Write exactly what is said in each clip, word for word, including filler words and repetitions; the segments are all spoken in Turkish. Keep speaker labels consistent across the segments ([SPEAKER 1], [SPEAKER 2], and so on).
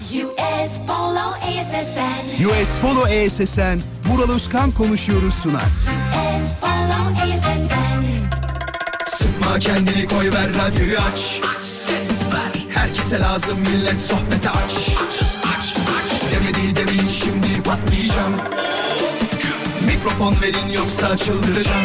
[SPEAKER 1] U S Polo E S S N.
[SPEAKER 2] U S Polo E S S N, Vural Özkan konuşuyoruz sunar.
[SPEAKER 1] U S Polo E S S N.
[SPEAKER 3] Sıkma kendini, koy ver radyoyu aç. Herkese lazım millet, sohbete aç. Demedi demeyin, şimdi patlayacağım. Mikrofon verin yoksa çıldıracağım.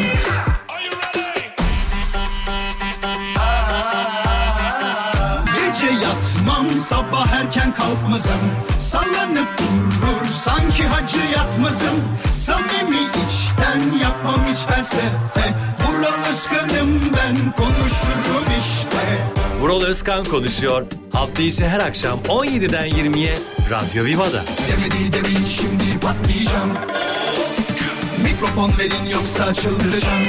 [SPEAKER 3] Gece yatmam, sabah erken kalkmazım. Sallanıp durur sanki hacı yatmazım. Samimi içten yapmam hiç felsefe. Vural Özkan'ım ben, konuşurum işte.
[SPEAKER 4] Vural Özkan konuşuyor. Hafta içi her akşam on yediden yirmiye Radyo Viva'da.
[SPEAKER 3] Demedi demeyin, şimdi patlayacağım. Mikrofon verin yoksa çıldıracağım.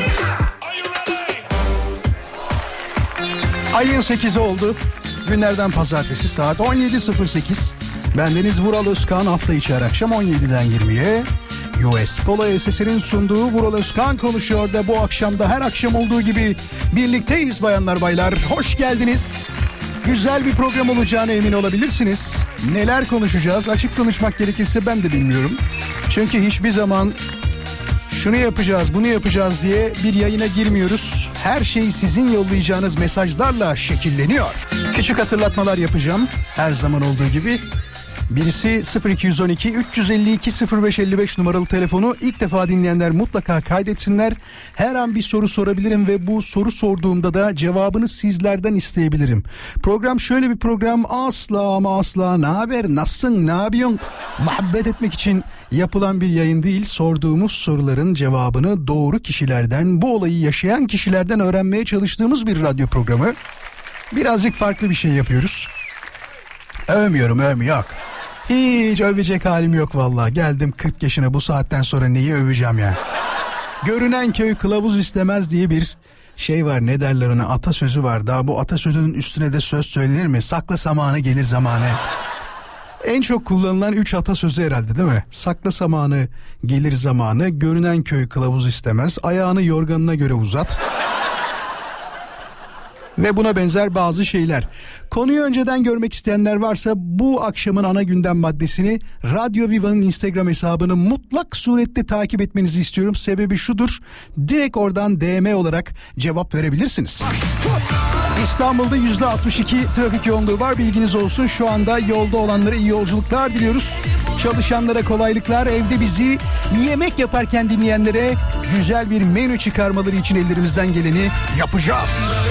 [SPEAKER 5] Ayın sekizi oldu. Günlerden pazartesi saat on yedi sıfır sekiz. Bendeniz Vural Özkan, hafta içi her akşam on yediden yirmiye. U S Polo E S S N'in sunduğu Vural Özkan konuşuyor da bu akşam da her akşam olduğu gibi birlikteyiz bayanlar baylar. Hoş geldiniz. Güzel bir program olacağına emin olabilirsiniz. Neler konuşacağız? Açık konuşmak gerekirse ben de bilmiyorum. Çünkü hiçbir zaman şunu yapacağız, bunu yapacağız diye bir yayına girmiyoruz. Her şey sizin yollayacağınız mesajlarla şekilleniyor. Küçük hatırlatmalar yapacağım her zaman olduğu gibi. Birisi sıfır iki on iki üç elli iki sıfır beş elli beş numaralı telefonu. İlk defa dinleyenler mutlaka kaydetsinler. Her an bir soru sorabilirim ve bu soru sorduğumda da cevabını sizlerden isteyebilirim. Program şöyle bir program, asla ama asla ne haber, nasılsın, ne yapıyorsun muhabbet etmek için yapılan bir yayın değil. Sorduğumuz soruların cevabını doğru kişilerden, bu olayı yaşayan kişilerden öğrenmeye çalıştığımız bir radyo programı. Birazcık farklı bir şey yapıyoruz. Övmüyorum, övmü yok. Hiç övecek halim yok vallahi. Geldim kırk yaşına, bu saatten sonra neyi öveceğim ya? Görünen köy kılavuz istemez diye bir şey var, ne derler ona, atasözü var. Daha bu atasözünün üstüne de söz söylenir mi? Sakla zamanı gelir zamanı. En çok kullanılan üç atasözü herhalde, değil mi? Sakla zamanı gelir zamanı, görünen köy kılavuz istemez, ayağını yorganına göre uzat. Ve buna benzer bazı şeyler. Konuyu önceden görmek isteyenler varsa bu akşamın ana gündem maddesini Radyo Viva'nın Instagram hesabını mutlak surette takip etmenizi istiyorum. Sebebi şudur: direkt oradan D M olarak cevap verebilirsiniz. İstanbul'da yüzde altmış iki trafik yoğunluğu var, bilginiz olsun. Şu anda yolda olanlara iyi yolculuklar diliyoruz. Çalışanlara kolaylıklar, evde bizi yemek yaparken dinleyenlere güzel bir menü çıkarmaları için ellerimizden geleni yapacağız.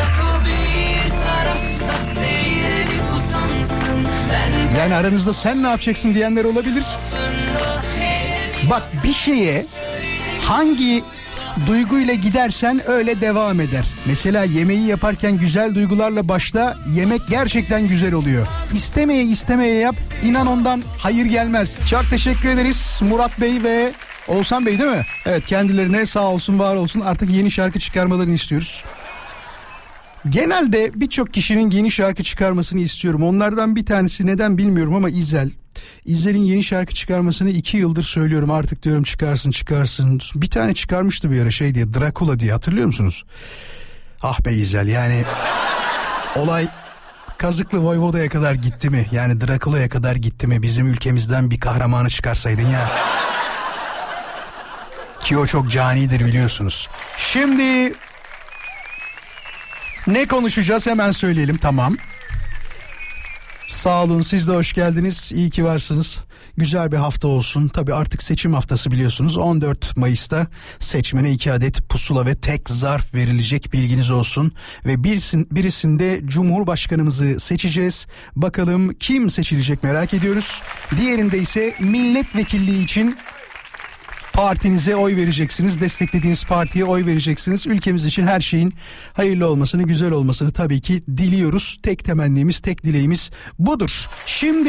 [SPEAKER 5] Yani aranızda sen ne yapacaksın diyenler olabilir. Bak, bir şeye hangi duyguyla gidersen öyle devam eder. Mesela yemeği yaparken güzel duygularla başla, yemek gerçekten güzel oluyor. İstemeye istemeye yap, inan ondan hayır gelmez. Çok teşekkür ederiz Murat Bey ve Oğuzhan Bey, değil mi? Evet, kendilerine sağ olsun var olsun, artık yeni şarkı çıkarmalarını istiyoruz. Genelde birçok kişinin yeni şarkı çıkarmasını istiyorum. Onlardan bir tanesi, neden bilmiyorum ama İzel. İzel'in yeni şarkı çıkarmasını iki yıldır söylüyorum. Artık diyorum çıkarsın çıkarsın. Bir tane çıkarmıştı bir ara, şey diye, Drakula diye, hatırlıyor musunuz? Ah be İzel, yani olay Kazıklı Voyvoda'ya kadar gitti mi? Yani Drakula'ya kadar gitti mi? Bizim ülkemizden bir kahramanı çıkarsaydın ya. Ki o çok canidir biliyorsunuz. Şimdi ne konuşacağız hemen söyleyelim, tamam. Sağ olun, siz de hoş geldiniz. İyi ki varsınız. Güzel bir hafta olsun. Tabii artık seçim haftası biliyorsunuz. on dört Mayıs'ta seçmene iki adet pusula ve tek zarf verilecek, bilginiz olsun. Ve birisin, birisinde Cumhurbaşkanımızı seçeceğiz. Bakalım kim seçilecek, merak ediyoruz. Diğerinde ise milletvekilliği için partinize oy vereceksiniz. Desteklediğiniz partiye oy vereceksiniz. Ülkemiz için her şeyin hayırlı olmasını, güzel olmasını tabii ki diliyoruz. Tek temennimiz, tek dileğimiz budur. Şimdi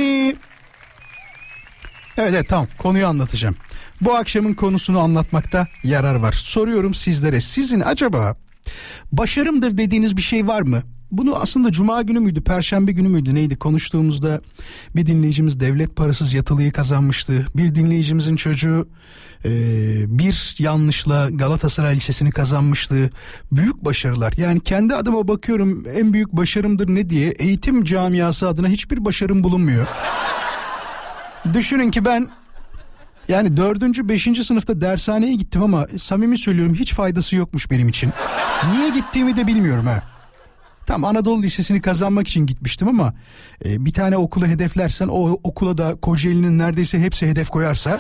[SPEAKER 5] evet, evet tamam, konuyu anlatacağım. Bu akşamın konusunu anlatmakta yarar var. Soruyorum sizlere, sizin acaba başarımdır dediğiniz bir şey var mı? Bunu aslında Cuma günü müydü, Perşembe günü müydü, neydi, konuştuğumuzda bir dinleyicimiz devlet parasız yatılıyı kazanmıştı. Bir dinleyicimizin çocuğu e, bir yanlışla Galatasaray Lisesi'ni kazanmıştı. Büyük başarılar. Yani kendi adıma bakıyorum, en büyük başarımdır ne diye, eğitim camiası adına hiçbir başarım bulunmuyor. Düşünün ki ben yani dördüncü, beşinci sınıfta dershaneye gittim ama samimi söylüyorum hiç faydası yokmuş benim için. Niye gittiğimi de bilmiyorum ha. Tam Anadolu Lisesi'ni kazanmak için gitmiştim ama e, bir tane okulu hedeflersen o okula da Kocaeli'nin neredeyse hepsi hedef koyarsa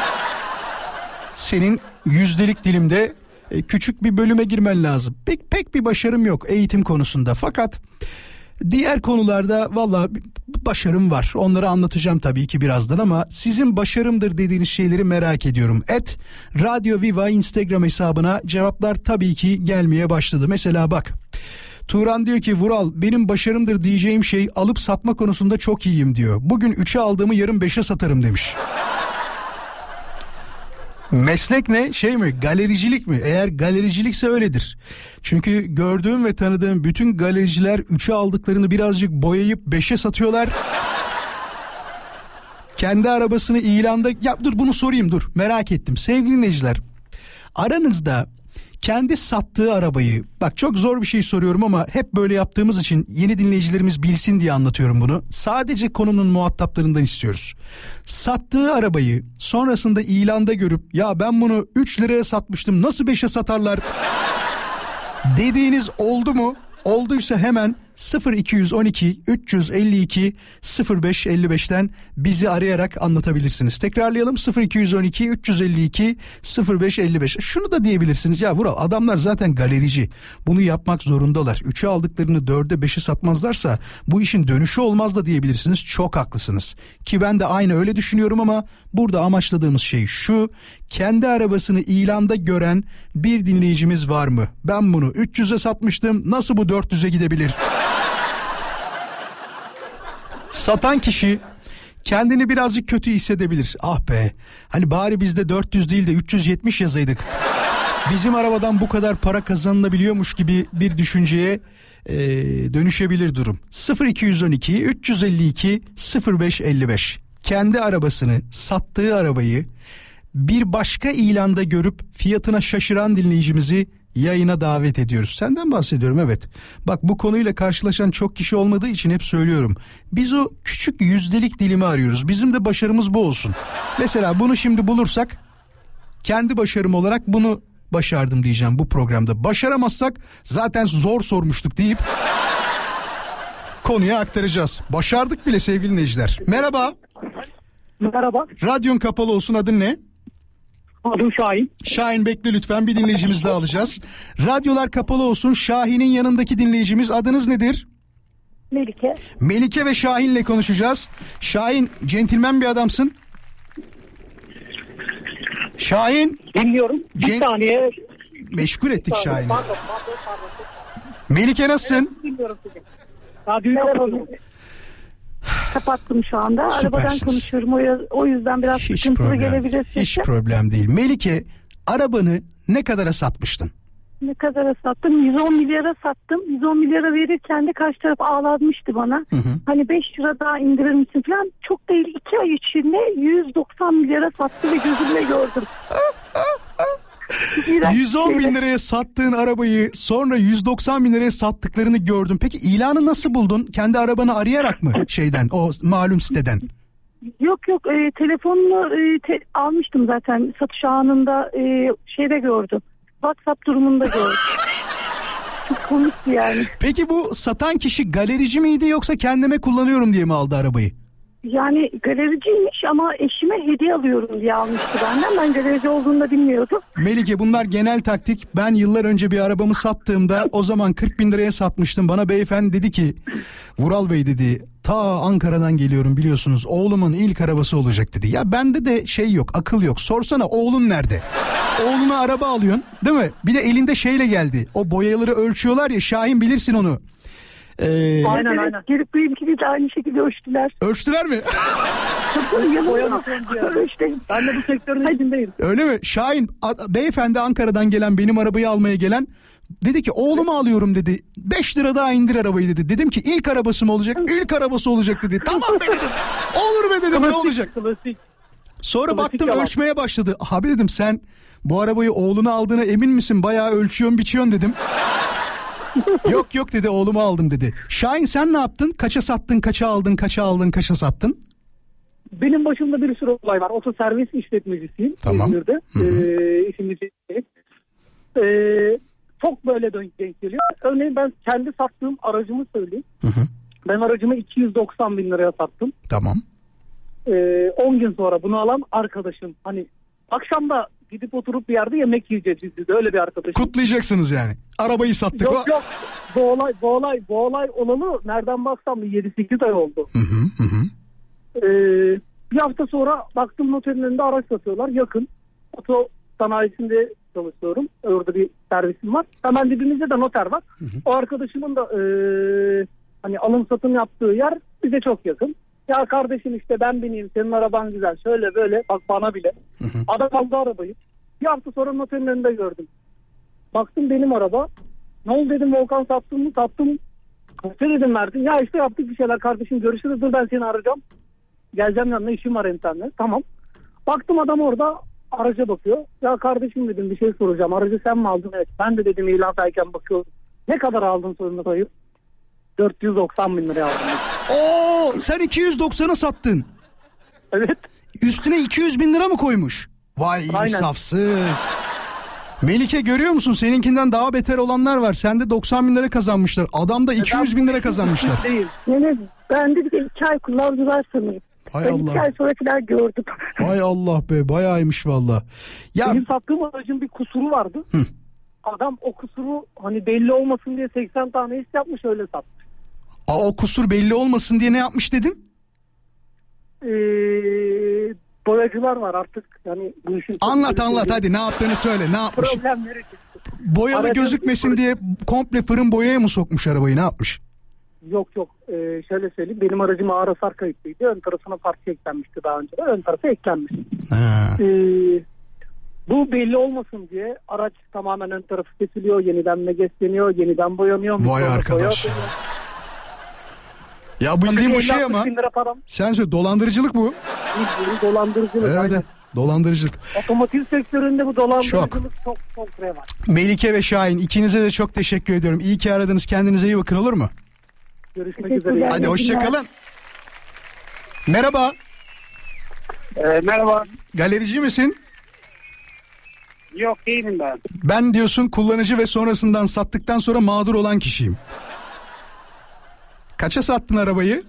[SPEAKER 5] senin yüzdelik dilimde e, küçük bir bölüme girmen lazım. Pek pek bir başarım yok eğitim konusunda fakat diğer konularda valla başarım var. Onları anlatacağım tabii ki birazdan ama sizin başarımdır dediğiniz şeyleri merak ediyorum. Et Radyo Viva Instagram hesabına cevaplar tabii ki gelmeye başladı. Mesela bak Turan diyor ki Vural benim başarımdır diyeceğim şey alıp satma konusunda çok iyiyim diyor. Bugün üçe aldığımı yarın beşe satarım demiş. Meslek ne? Şey mi? Galericilik mi? Eğer galericilikse öyledir. Çünkü gördüğüm ve tanıdığım bütün galericiler üçe aldıklarını birazcık boyayıp beşe satıyorlar. Kendi arabasını ilanda... Ya dur bunu sorayım dur merak ettim. Sevgili dinleyiciler aranızda kendi sattığı arabayı, bak çok zor bir şey soruyorum ama hep böyle yaptığımız için yeni dinleyicilerimiz bilsin diye anlatıyorum bunu. Sadece konunun muhataplarından istiyoruz. Sattığı arabayı sonrasında ilanda görüp ya ben bunu üç liraya satmıştım nasıl beşe satarlar dediğiniz oldu mu? Olduysa hemen sıfır iki on iki üç yüz elli iki sıfır beş elli beşten bizi arayarak anlatabilirsiniz. Tekrarlayalım sıfır iki on iki üç yüz elli iki sıfır beş elli beş. Şunu da diyebilirsiniz ya Vural adamlar zaten galerici. Bunu yapmak zorundalar. üçe aldıklarını dörde beşe satmazlarsa bu işin dönüşü olmaz da diyebilirsiniz. Çok haklısınız. Ki ben de aynı öyle düşünüyorum ama burada amaçladığımız şey şu. Kendi arabasını ilanda gören bir dinleyicimiz var mı? Ben bunu üç yüze satmıştım. Nasıl bu dört yüze gidebilir? Satan kişi kendini birazcık kötü hissedebilir. Ah be hani bari bizde dört yüz değil de üç yüz yetmiş yazaydık. Bizim arabadan bu kadar para kazanılabiliyormuş gibi bir düşünceye e, dönüşebilir durum. sıfır iki on iki üç yüz elli iki sıfır beş elli beş. Kendi arabasını sattığı arabayı bir başka ilanda görüp fiyatına şaşıran dinleyicimizi yayına davet ediyoruz. Senden bahsediyorum evet. Bak bu konuyla karşılaşan çok kişi olmadığı için hep söylüyorum. Biz o küçük yüzdelik dilimi arıyoruz. Bizim de başarımız bu olsun. Mesela bunu şimdi bulursak kendi başarım olarak bunu başardım diyeceğim bu programda. Başaramazsak zaten zor sormuştuk deyip konuya aktaracağız. Başardık bile sevgili dinleyiciler. Merhaba.
[SPEAKER 6] Merhaba.
[SPEAKER 5] Radyon kapalı olsun, adın ne?
[SPEAKER 6] Adım Şahin.
[SPEAKER 5] Şahin bekle lütfen, bir dinleyicimiz daha alacağız. Radyolar kapalı olsun. Şahin'in yanındaki dinleyicimiz, adınız nedir?
[SPEAKER 6] Melike.
[SPEAKER 5] Melike ve Şahin'le konuşacağız. Şahin, centilmen bir adamsın. Şahin.
[SPEAKER 6] Dinliyorum. Bir
[SPEAKER 5] Cent...
[SPEAKER 6] saniye.
[SPEAKER 5] Meşgul ettik
[SPEAKER 6] Pardon,
[SPEAKER 5] Şahin'i.
[SPEAKER 6] Pardon, pardon, pardon.
[SPEAKER 5] Melike nasılsın?
[SPEAKER 6] Evet, dinliyorum sizi. Radyoyu kapatıyorum. Kapattım şu anda.
[SPEAKER 5] Süpersiniz.
[SPEAKER 6] Arabadan konuşuyorum. O, o yüzden biraz
[SPEAKER 5] Hiç
[SPEAKER 6] sıkıntılı
[SPEAKER 5] problem
[SPEAKER 6] gelebilir
[SPEAKER 5] değil.
[SPEAKER 6] sesi.
[SPEAKER 5] Hiç problem değil. Melike, arabanı ne kadara satmıştın?
[SPEAKER 6] Ne kadara sattım? yüz on milyara sattım. yüz on milyara verirken de karşı taraf ağlatmıştı bana. Hı hı. Hani beş lira daha indirir misin falan. Çok değil, iki ay içinde yüz doksan milyara sattı ve gözümle gördüm.
[SPEAKER 5] yüz on bin liraya sattığın arabayı sonra yüz doksan bin liraya sattıklarını gördüm. Peki ilanı nasıl buldun? Kendi arabanı arayarak mı şeyden, o malum siteden?
[SPEAKER 6] Yok yok e, telefonunu e, te, almıştım zaten satış anında, e, şeyde gördüm. WhatsApp durumunda gördüm. Çok komikti yani.
[SPEAKER 5] Peki bu satan kişi galerici miydi yoksa kendime kullanıyorum diye mi aldı arabayı?
[SPEAKER 6] Yani galericiymiş ama eşime hediye alıyorum diye almıştı benden. Ben galerici olduğunu da bilmiyordum.
[SPEAKER 5] Melike, bunlar genel taktik. Ben yıllar önce bir arabamı sattığımda o zaman kırk bin liraya satmıştım. Bana beyefendi dedi ki, Vural Bey dedi, ta Ankara'dan geliyorum biliyorsunuz, oğlumun ilk arabası olacak dedi. Ya bende de şey yok, akıl yok. Sorsana oğlun nerede? Oğluna araba alıyorsun değil mi? Bir de elinde şeyle geldi. O boyaları ölçüyorlar ya, Şahin bilirsin onu.
[SPEAKER 6] Ee, aynen aynen. Gelip benimkini de aynı şekilde ölçtüler.
[SPEAKER 5] Ölçtüler mi?
[SPEAKER 6] Ben de bu sektörün içindeyim.
[SPEAKER 5] Öyle mi? Şahin, a- beyefendi Ankara'dan gelen, benim arabayı almaya gelen, dedi ki oğlumu alıyorum dedi. beş lira daha indir arabayı dedi. Dedim ki ilk arabası mı olacak? İlk arabası olacak dedi. Tamam be dedim. Olur be dedim, ne olacak?
[SPEAKER 6] Klasik.
[SPEAKER 5] Sonra
[SPEAKER 6] Klasik
[SPEAKER 5] baktım
[SPEAKER 6] yalan.
[SPEAKER 5] ölçmeye başladı. Abi dedim, sen bu arabayı oğluna aldığına emin misin? Bayağı ölçüyorsun biçiyorsun dedim. Yok yok dedi, oğlumu aldım dedi. Şahin sen ne yaptın? Kaça sattın, kaça aldın, kaça aldın, kaça sattın?
[SPEAKER 7] benim başımda bir sürü olay var. Otoservis işletmecisiyim.
[SPEAKER 5] Tamam.
[SPEAKER 7] İzmir'de. Ee, işimi ee, çok böyle denk geliyor. Örneğin ben kendi sattığım aracımı söyleyeyim. Hı hı. Ben aracımı iki yüz doksan bin liraya sattım.
[SPEAKER 5] Tamam.
[SPEAKER 7] Ee, on gün sonra bunu alan arkadaşım. Hani akşamda gidip oturup bir yerde yemek yiyeceğiz biz de, öyle bir arkadaşım.
[SPEAKER 5] Kutlayacaksınız yani. Arabayı sattık.
[SPEAKER 7] Yok yok. Bu olay, bu olay, bu olay olalı nereden baksam yedi sekiz ay oldu.
[SPEAKER 5] Hı hı hı.
[SPEAKER 7] Ee, bir hafta sonra baktım noterin önünde araç satıyorlar. Yakın. Oto sanayisinde çalışıyorum. Orada bir servisim var. Hemen dibimizde de noter var. Hı hı. O arkadaşımın da ee, hani alım satım yaptığı yer bize çok yakın. Ya kardeşim işte ben bineyim, senin araban güzel, şöyle böyle, bak bana bile. Hı hı. Adam aldı arabayı. Bir hafta sonra noterin önünde gördüm. Baktım benim araba. Ne oldu dedim, Volkan sattın mı? Sattım. Kaçta dedim verdin. Ya işte yaptık bir şeyler kardeşim, görüşürüz, dur ben seni arayacağım. Geleceğim yanına, işim var internet. Tamam. Baktım adam orada araca bakıyor. Ya kardeşim dedim, bir şey soracağım. Aracı sen mi aldın? Evet. Ben de dedim ilandayken bakıyorum. Ne kadar aldın sorunu koyup? dört yüz doksan bin liraya aldım.
[SPEAKER 5] Oo, sen iki yüz doksan'a sattın.
[SPEAKER 7] Evet.
[SPEAKER 5] Üstüne iki yüz bin lira mı koymuş? Vay insafsız. Melike görüyor musun? Seninkinden daha beter olanlar var. Sen de doksan bin lira kazanmışlar. Adam da iki yüz bin lira kazanmışlar.
[SPEAKER 6] Değil. Yani ben de bir de iki ay kullandılar sanırım.
[SPEAKER 5] Hay
[SPEAKER 6] ben
[SPEAKER 5] Allah.
[SPEAKER 6] iki ay sonrakiler gördüm.
[SPEAKER 5] Hay Allah be, bayağıymış valla. Ya...
[SPEAKER 7] Benim sattığım aracın bir kusuru vardı.
[SPEAKER 5] Hı.
[SPEAKER 7] Adam o kusuru hani belli olmasın diye seksen tane his yapmış, öyle satmış.
[SPEAKER 5] Aa, o kusur belli olmasın diye ne yapmış dedin?
[SPEAKER 7] Ee, boyacılar var artık. Yani bu işin
[SPEAKER 5] anlat anlat değil. Hadi ne yaptığını söyle, ne yapmış?
[SPEAKER 7] Problemleri çıktı.
[SPEAKER 5] Boyalı
[SPEAKER 7] Aracın
[SPEAKER 5] gözükmesin diye komple fırın boyaya mı sokmuş arabayı, ne yapmış?
[SPEAKER 7] Yok yok ee, şöyle söyleyeyim, benim aracım ağır hasar kayıtlıydı. Ön tarafına parça eklenmişti daha önce de. Ön tarafı eklenmiş. Ee, bu belli olmasın diye araç tamamen ön tarafı kesiliyor. Yeniden megesleniyor. Yeniden boyanıyor.
[SPEAKER 5] Vay arkadaş. Ya bildiğin bu şey ama. Sen söyle, dolandırıcılık bu.
[SPEAKER 7] Dolandırıcılık.
[SPEAKER 5] Evet.
[SPEAKER 7] Aynen.
[SPEAKER 5] Dolandırıcılık.
[SPEAKER 7] Otomotiv sektöründe bu dolandırıcılık
[SPEAKER 5] çok
[SPEAKER 7] çok çok revan.
[SPEAKER 5] Melike ve Şahin, ikinize de çok teşekkür ediyorum. İyi ki aradınız. Kendinize iyi bakın, olur mu?
[SPEAKER 7] Görüşmek üzere.
[SPEAKER 5] Hadi hoşçakalın. Merhaba.
[SPEAKER 8] Ee, merhaba.
[SPEAKER 5] Galerici misin?
[SPEAKER 8] Yok değilim ben.
[SPEAKER 5] Ben diyorsun kullanıcı ve sonrasından sattıktan sonra mağdur olan kişiyim. Kaça sattın arabayı?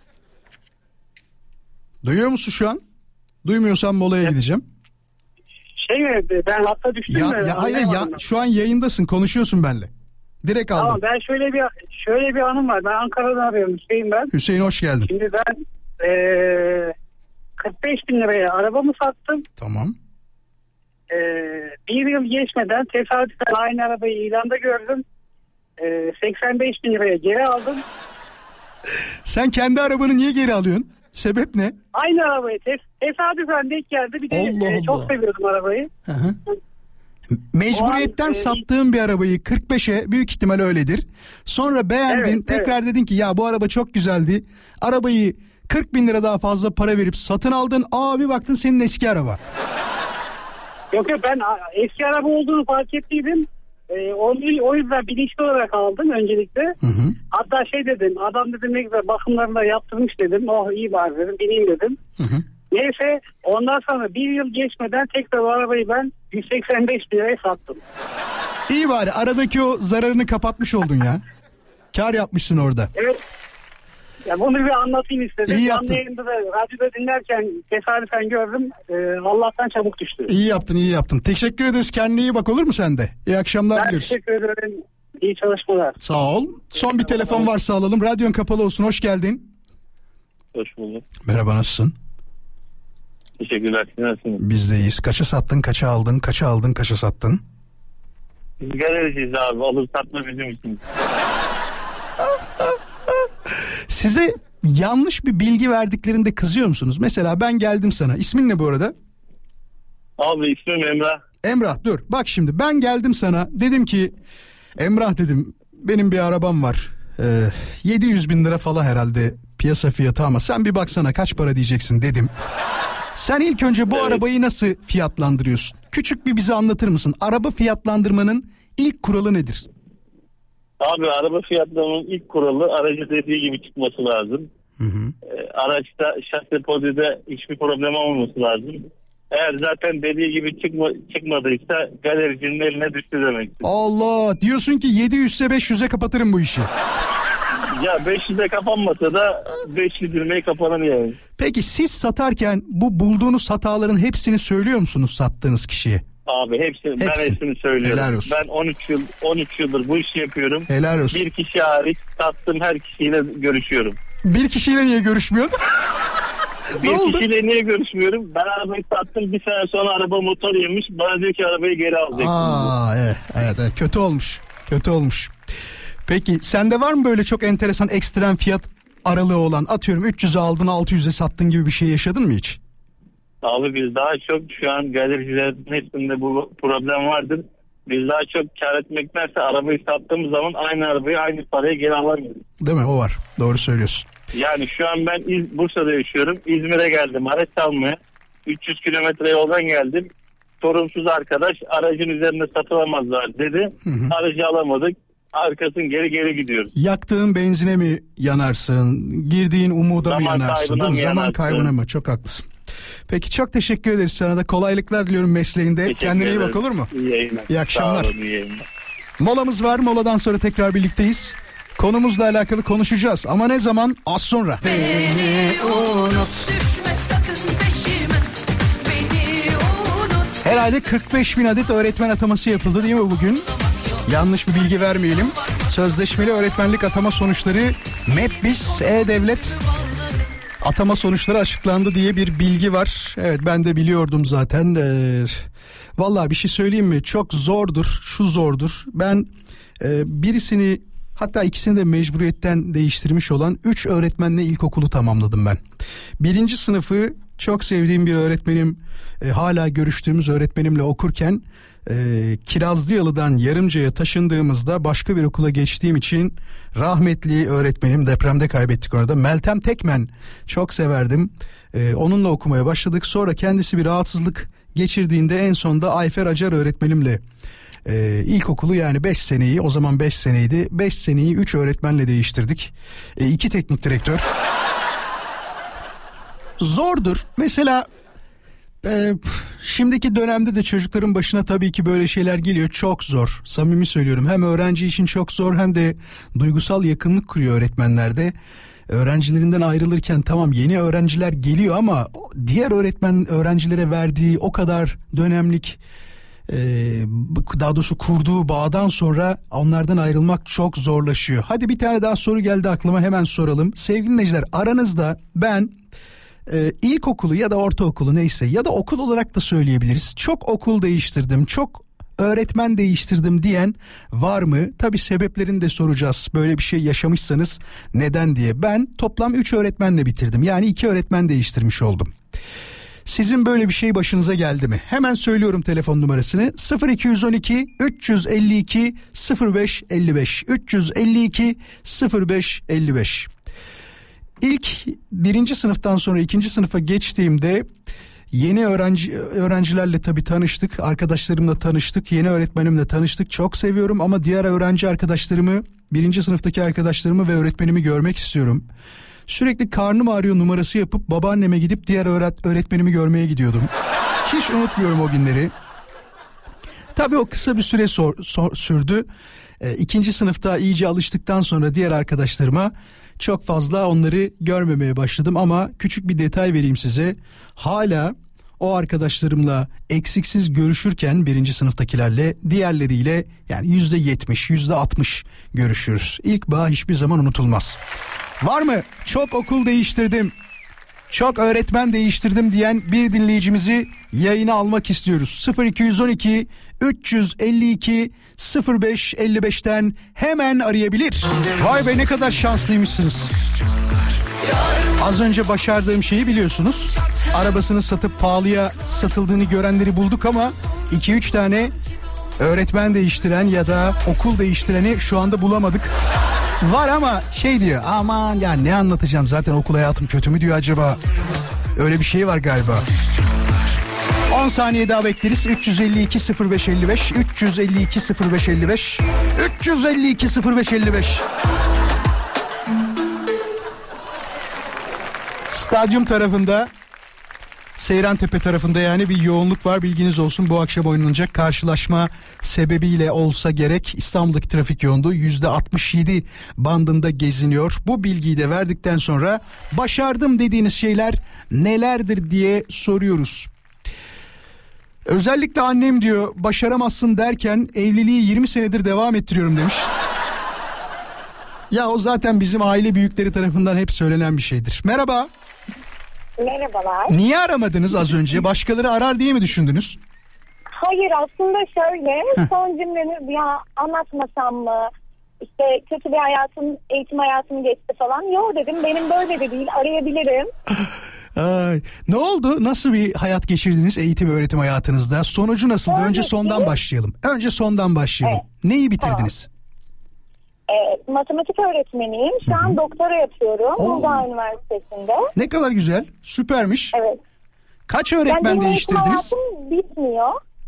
[SPEAKER 5] Duyuyor musun şu an? Duymuyorsan molaya gideceğim.
[SPEAKER 8] Şey mi, ben hatta düştüm
[SPEAKER 5] ya,
[SPEAKER 8] mü?
[SPEAKER 5] Ya, hayır ya, şu an yayındasın, konuşuyorsun benimle. Direkt aldım.
[SPEAKER 8] Tamam, ben şöyle bir şöyle bir anım var. Ben Ankara'dan arıyorum, Hüseyin ben.
[SPEAKER 5] Hüseyin hoş geldin.
[SPEAKER 8] Şimdi ben ee, kırk beş bin liraya arabamı sattım.
[SPEAKER 5] Tamam.
[SPEAKER 8] E, bir yıl geçmeden tesadüfen aynı arabayı ilanda gördüm. E, seksen beş bin liraya geri aldım.
[SPEAKER 5] Sen kendi arabanı niye geri alıyorsun? Sebep ne?
[SPEAKER 8] Aynı arabayı tes- tesadüfen denk geldi. Bir de
[SPEAKER 5] Allah
[SPEAKER 8] e, çok
[SPEAKER 5] Allah.
[SPEAKER 8] seviyordum arabayı.
[SPEAKER 5] Hı hı. Mecburiyetten an, sattığın bir arabayı kırk beşe, büyük ihtimal öyledir. Sonra beğendin, evet, tekrar evet. dedin ki ya bu araba çok güzeldi. Arabayı kırk bin lira daha fazla para verip satın aldın. Aa, bir baktın senin eski araba.
[SPEAKER 8] Yok yok, ben eski araba olduğunu fark ettiydim. Ee, onu, o yüzden bilinçli olarak aldım öncelikle. Hı hı. Hatta şey dedim, adam dedim ne güzel bakımlarını da yaptırmış dedim. Oh iyi var dedim, bineyim dedim. Hı hı. Neyse ondan sonra bir yıl geçmeden tekrar o arabayı ben yüz seksen beş liraya sattım.
[SPEAKER 5] İyi bari, aradaki o zararını kapatmış oldun ya. Kar yapmışsın orada.
[SPEAKER 8] Evet. Ya bunu bir anlatayım istedim.
[SPEAKER 5] İyi yaptın.
[SPEAKER 8] Canlı yayında da radyoda dinlerken tesadüfen gördüm. Ee, Allah'tan çabuk düştü.
[SPEAKER 5] İyi yaptın, iyi yaptın. Teşekkür ederiz. Kendine iyi bak, olur mu sende? İyi akşamlar
[SPEAKER 8] ben
[SPEAKER 5] diliyoruz.
[SPEAKER 8] Teşekkür ederim. İyi çalışmalar.
[SPEAKER 5] Sağ ol. Son bir telefon varsa alalım. Radyon kapalı olsun. Hoş geldin.
[SPEAKER 9] Hoş bulduk.
[SPEAKER 5] Merhaba, nasılsın?
[SPEAKER 9] Teşekkürler. Nasılsınız?
[SPEAKER 5] Biz de iyiyiz. Kaça sattın, kaça aldın, kaça aldın, kaça sattın?
[SPEAKER 9] Biz galericiyiz abi. Alır satma bizim için.
[SPEAKER 5] Size yanlış bir bilgi verdiklerinde kızıyor musunuz? Mesela ben geldim sana. İsmin ne bu arada?
[SPEAKER 9] Abi ismim Emrah.
[SPEAKER 5] Emrah dur. Bak şimdi ben geldim sana. Dedim ki Emrah dedim benim bir arabam var. Ee, yedi yüz bin lira falan herhalde piyasa fiyatı ama sen bir baksana kaç para diyeceksin dedim. Sen ilk önce bu evet. arabayı nasıl fiyatlandırıyorsun? Küçük bir bize anlatır mısın? Araba fiyatlandırmanın ilk kuralı nedir?
[SPEAKER 9] Abi araba fiyatlamanın ilk kuralı aracı dediği gibi çıkması lazım. Hı hı. E, araçta şasi podide hiçbir problem olmaması lazım. Eğer zaten dediği gibi çıkma, çıkmadıysa galericinin eline düştü demektir.
[SPEAKER 5] Allah, diyorsun ki yedi yüzse beş yüze kapatırım bu işi.
[SPEAKER 9] Ya beş yüze kapanmasa da beş yüz yirmiye kapanır yani.
[SPEAKER 5] Peki siz satarken bu bulduğunuz hataların hepsini söylüyor musunuz sattığınız kişiye?
[SPEAKER 9] Abi hepsini, Hepsi. ben hepsini söylüyorum.
[SPEAKER 5] Helal olsun.
[SPEAKER 9] Ben on üç yıl on üç yıldır bu işi yapıyorum.
[SPEAKER 5] Helal olsun.
[SPEAKER 9] Bir kişi hariç sattığım her kişiyle görüşüyorum.
[SPEAKER 5] Bir kişiyle niye görüşmüyorsun?
[SPEAKER 9] Bir kişiyle niye görüşmüyorum? Ben arabayı sattım, bir sene sonra araba motor yemiş. Bana diyor ki arabayı geri alacaksın.
[SPEAKER 5] Aa, evet, evet, evet, kötü olmuş. Kötü olmuş. Peki sende var mı böyle çok enteresan ekstrem fiyat aralığı olan, atıyorum üç yüze aldın altı yüze sattın gibi bir şey yaşadın mı hiç?
[SPEAKER 9] Abi biz daha çok şu an galericilerin hepsinde bu problem vardır. Biz daha çok kar etmektense arabayı sattığımız zaman aynı arabayı aynı paraya geri alamıyoruz.
[SPEAKER 5] Değil mi? O var. Doğru söylüyorsun.
[SPEAKER 9] Yani şu an ben İz- Bursa'da yaşıyorum. İzmir'e geldim araç almaya. üç yüz kilometre yoldan geldim. Sorumsuz arkadaş aracın üzerinde satılamazlar dedi. Hı hı. Aracı alamadık. Arkasın geri geri gidiyoruz.
[SPEAKER 5] Yaktığın benzine mi yanarsın? Girdiğin umuda
[SPEAKER 9] Zaman
[SPEAKER 5] mı yanarsın?
[SPEAKER 9] Kaybına mı
[SPEAKER 5] Zaman
[SPEAKER 9] yanarsın?
[SPEAKER 5] kaybına mı? Çok haklısın. Peki çok teşekkür ederiz sana da. Kolaylıklar diliyorum mesleğinde.
[SPEAKER 9] Teşekkür
[SPEAKER 5] Kendine iyi
[SPEAKER 9] ederiz.
[SPEAKER 5] bak, olur mu?
[SPEAKER 9] İyi yayınlar.
[SPEAKER 5] İyi akşamlar.
[SPEAKER 9] Sağ olun, iyi yayınlar.
[SPEAKER 5] Molamız var. Moladan sonra tekrar birlikteyiz. Konumuzla alakalı konuşacağız. Ama ne zaman? Az sonra.
[SPEAKER 1] Beni unut. Düşme sakın peşime. Beni unut.
[SPEAKER 5] Herhalde kırk beş bin adet öğretmen ataması yapıldı değil mi bugün? Yanlış bir bilgi vermeyelim. Sözleşmeli öğretmenlik atama sonuçları MEPBİS E-Devlet atama sonuçları açıklandı diye bir bilgi var. Evet, ben de biliyordum zaten. Ee, vallahi bir şey söyleyeyim mi? Çok zordur, şu zordur. Ben e, birisini, hatta ikisini de mecburiyetten değiştirmiş olan üç öğretmenle ilkokulu tamamladım ben. Birinci sınıfı çok sevdiğim bir öğretmenim, e, hala görüştüğümüz öğretmenimle okurken e, Kirazlıyalı'dan Yarımca'ya taşındığımızda başka bir okula geçtiğim için rahmetli öğretmenim, depremde kaybettik orada, Meltem Tekmen, çok severdim. E, onunla okumaya başladık. Sonra kendisi bir rahatsızlık geçirdiğinde en sonunda Ayfer Acar öğretmenimle Ee, ilkokulu, yani beş seneyi, o zaman beş seneydi, beş seneyi üç öğretmenle değiştirdik. Ee, iki teknik direktör. Zordur. Mesela e, şimdiki dönemde de çocukların başına tabii ki böyle şeyler geliyor. Çok zor. Samimi söylüyorum. Hem öğrenci için çok zor, hem de duygusal yakınlık kuruyor öğretmenlerde. Öğrencilerinden ayrılırken tamam yeni öğrenciler geliyor ama diğer öğretmen öğrencilere verdiği o kadar dönemlik, daha doğrusu kurduğu bağdan sonra onlardan ayrılmak çok zorlaşıyor. Hadi bir tane daha soru geldi aklıma, hemen soralım. Sevgili dinleyiciler, aranızda ben e, ilkokulu ya da ortaokulu, neyse, ya da okul olarak da söyleyebiliriz, çok okul değiştirdim, çok öğretmen değiştirdim diyen var mı? Tabii sebeplerini de soracağız. Böyle bir şey yaşamışsanız neden diye. Ben toplam üç öğretmenle bitirdim. Yani iki öğretmen değiştirmiş oldum. Sizin böyle bir şey başınıza geldi mi? Hemen söylüyorum telefon numarasını: sıfır iki on iki üç yüz elli iki sıfır beş elli beş üç yüz elli iki sıfır beş elli beş. İlk birinci sınıftan sonra ikinci sınıfa geçtiğimde yeni öğrenci öğrencilerle tabii tanıştık, arkadaşlarımla tanıştık, yeni öğretmenimle tanıştık. Çok seviyorum ama diğer öğrenci arkadaşlarımı, birinci sınıftaki arkadaşlarımı ve öğretmenimi görmek istiyorum. Sürekli karnım ağrıyor numarası yapıp babaanneme gidip diğer öğret- öğretmenimi görmeye gidiyordum. Hiç unutmuyorum o günleri. Tabii o kısa bir süre sor- sor- sürdü. E, ikinci sınıfta iyice alıştıktan sonra diğer arkadaşlarıma çok fazla onları görmemeye başladım. Ama küçük bir detay vereyim size. Hala o arkadaşlarımla eksiksiz görüşürken birinci sınıftakilerle, diğerleriyle yani yüzde yetmiş, yüzde altmış görüşürüz. İlk bağ hiçbir zaman unutulmaz. Var mı? Çok okul değiştirdim, çok öğretmen değiştirdim diyen bir dinleyicimizi yayına almak istiyoruz. sıfır iki on iki üç yüz elli iki sıfır beş elli beşten hemen arayabilir. Vay be, ne kadar şanslıymışsınız. Az önce başardığım şeyi biliyorsunuz. Arabasını satıp pahalıya satıldığını görenleri bulduk ama iki üç tane öğretmen değiştiren ya da okul değiştireni şu anda bulamadık. Var ama şey diyor, aman ya ne anlatacağım, zaten okul hayatım kötü mü diyor acaba. Öyle bir şey var galiba. on saniye daha bekleriz. üç yüz elli iki sıfır beş elli beş üç yüz elli iki sıfır beş elli beş üç yüz elli iki sıfır beş elli beş. Stadyum tarafında, Seyrantepe tarafında yani bir yoğunluk var, bilginiz olsun. Bu akşam oynanacak karşılaşma sebebiyle olsa gerek İstanbul'daki trafik yoğunluğu yüzde altmış yedi bandında geziniyor. Bu bilgiyi de verdikten sonra başardım dediğiniz şeyler nelerdir diye soruyoruz. Özellikle annem diyor başaramazsın derken evliliği yirmi senedir devam ettiriyorum demiş. Ya o zaten bizim aile büyükleri tarafından hep söylenen bir şeydir. Merhaba.
[SPEAKER 10] Merhabalar.
[SPEAKER 5] Niye aramadınız az önce? Başkaları arar diye mi düşündünüz?
[SPEAKER 10] Hayır, aslında şöyle, Heh. son cümlemi ya anlatmasam mı? İşte kötü bir hayatım, eğitim hayatım geçti falan. Yok dedim, benim böyle de değil, arayabilirim.
[SPEAKER 5] Ay, ne oldu? Nasıl bir hayat geçirdiniz eğitim öğretim hayatınızda? Sonucu nasıldı? Önce sondan başlayalım. Önce sondan başlayalım. Evet. Neyi bitirdiniz?
[SPEAKER 10] Tamam. E, matematik öğretmeniyim. Şu Hı-hı. an doktora yapıyorum. Uludağ Üniversitesi'nde.
[SPEAKER 5] Ne kadar güzel. Süpermiş.
[SPEAKER 10] Evet.
[SPEAKER 5] Kaç öğretmen yani değiştirdiniz?
[SPEAKER 10] Hayatım bitmiyor.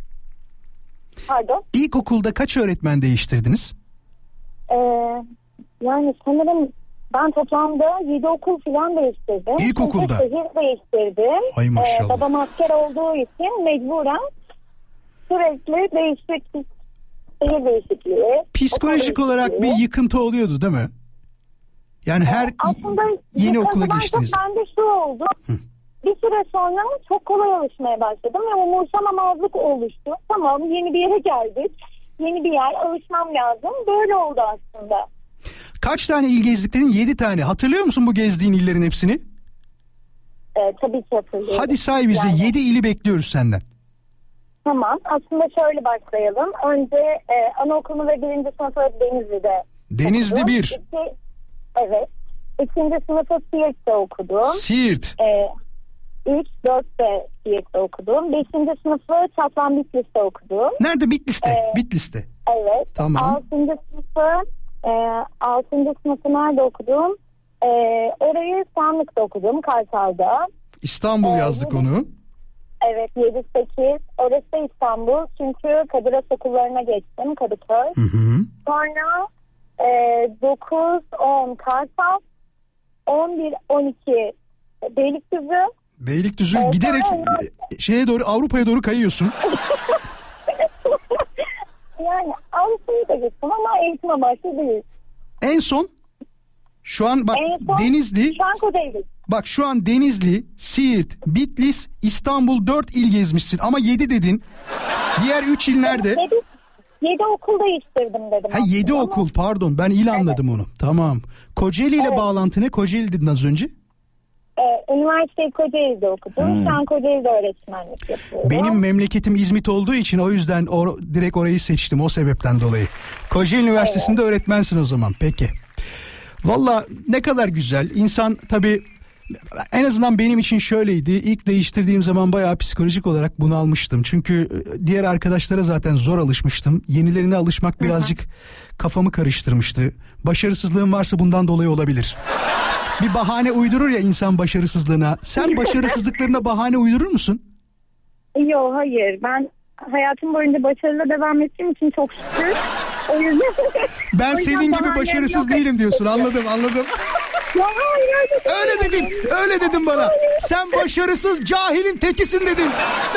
[SPEAKER 10] Pardon.
[SPEAKER 5] İlkokulda kaç öğretmen değiştirdiniz?
[SPEAKER 10] Ee, yani sanırım ben toplamda yedi okul falan değiştirdim.
[SPEAKER 5] İlkokulda?
[SPEAKER 10] Şehir değiştirdim.
[SPEAKER 5] Ay maşallah.
[SPEAKER 10] Ee, babam asker olduğu için mecburen sürekli değişiklik, şehir değişikliği.
[SPEAKER 5] Psikolojik olarak bir yıkıntı oluyordu değil mi? Yani her
[SPEAKER 10] aslında
[SPEAKER 5] yeni okula geçtiniz.
[SPEAKER 10] Bende şu oldu. Hı. Bir süre sonra çok kolay alışmaya başladım ve umursamamazlık oluştu. Tamam, yeni bir yere geldik. Yeni bir yer, alışmam lazım. Böyle oldu aslında.
[SPEAKER 5] Kaç tane il gezdiklerin? Yedi tane. Hatırlıyor musun bu gezdiğin illerin hepsini?
[SPEAKER 10] Ee, tabii ki hatırlıyorum.
[SPEAKER 5] Hadi say bize. Yani. Yedi ili bekliyoruz senden.
[SPEAKER 10] Tamam. Aslında şöyle başlayalım. Önce e, anaokulu ve birinci sınıfı Denizli'de
[SPEAKER 5] Denizli okudum. bir.
[SPEAKER 10] İki, evet. İkinci sınıfı Siirt'te okudum.
[SPEAKER 5] Siirt.
[SPEAKER 10] Ee, üç, dörtte Siirt'te okudum. Beşinci sınıfı Çatlan Bitlis'te okudum.
[SPEAKER 5] Nerede? Bitlis'te. Ee, Bitlis'te.
[SPEAKER 10] Evet.
[SPEAKER 5] Tamam.
[SPEAKER 10] Altıncı sınıfı e, altıncı sınıfı nerede okudum? E, orayı Sanlık'ta okudum. Kartal'da.
[SPEAKER 5] İstanbul ee, yazdık yedi, onu.
[SPEAKER 10] Evet. Yedi sekiz. Orası da İstanbul. Çünkü Kadıras okullarına geçtim. Kadıköy.
[SPEAKER 5] Hı hı.
[SPEAKER 10] Sonra e, dokuz on Kartal. on bir on iki Beylikdüzü.
[SPEAKER 5] Beylikdüzü ee, giderek sonra... şeye doğru, Avrupa'ya doğru kayıyorsun.
[SPEAKER 10] Yani Avrupa'yı da geçtim ama eğitim amaçlı değil.
[SPEAKER 5] En son şu an bak son, Denizli.
[SPEAKER 10] Şu an Kocaeli.
[SPEAKER 5] Bak şu an Denizli, Siirt, Bitlis, İstanbul dört il gezmişsin ama yedi dedin. Diğer üç il nerede?
[SPEAKER 10] Yedi, yedi okul değiştirdim dedim.
[SPEAKER 5] Ha yedi ama... okul pardon ben il anladım evet. onu. Tamam. Kocaeli ile evet. bağlantı ne? Kocaeli dedin az önce.
[SPEAKER 10] Ee, üniversiteyi Kocaeli'de okudum. Hmm. Şu an Kocaeli'de öğretmenlik yapıyorum.
[SPEAKER 5] Benim memleketim İzmit olduğu için o yüzden or- direkt orayı seçtim o sebepten dolayı. Kocaeli Üniversitesi'nde evet. öğretmensin o zaman. Peki. Valla ne kadar güzel. İnsan tabii en azından benim için şöyleydi. İlk değiştirdiğim zaman bayağı psikolojik olarak bunalmıştım. Çünkü diğer arkadaşlara zaten zor alışmıştım. Yenilerine alışmak birazcık kafamı karıştırmıştı. Başarısızlığım varsa bundan dolayı olabilir. Bir bahane uydurur ya insan başarısızlığına. Sen başarısızlıklarına bahane uydurur musun?
[SPEAKER 10] Yok hayır. Ben hayatım boyunca başarıyla devam ettiğim için çok şükür. O yüzden...
[SPEAKER 5] Ben o yüzden senin gibi başarısız yok. Değilim diyorsun. Anladım anladım.
[SPEAKER 10] Ya hayır, öyle,
[SPEAKER 5] öyle dedin. Öyle dedin bana. Sen başarısız cahilin tekisin dedin.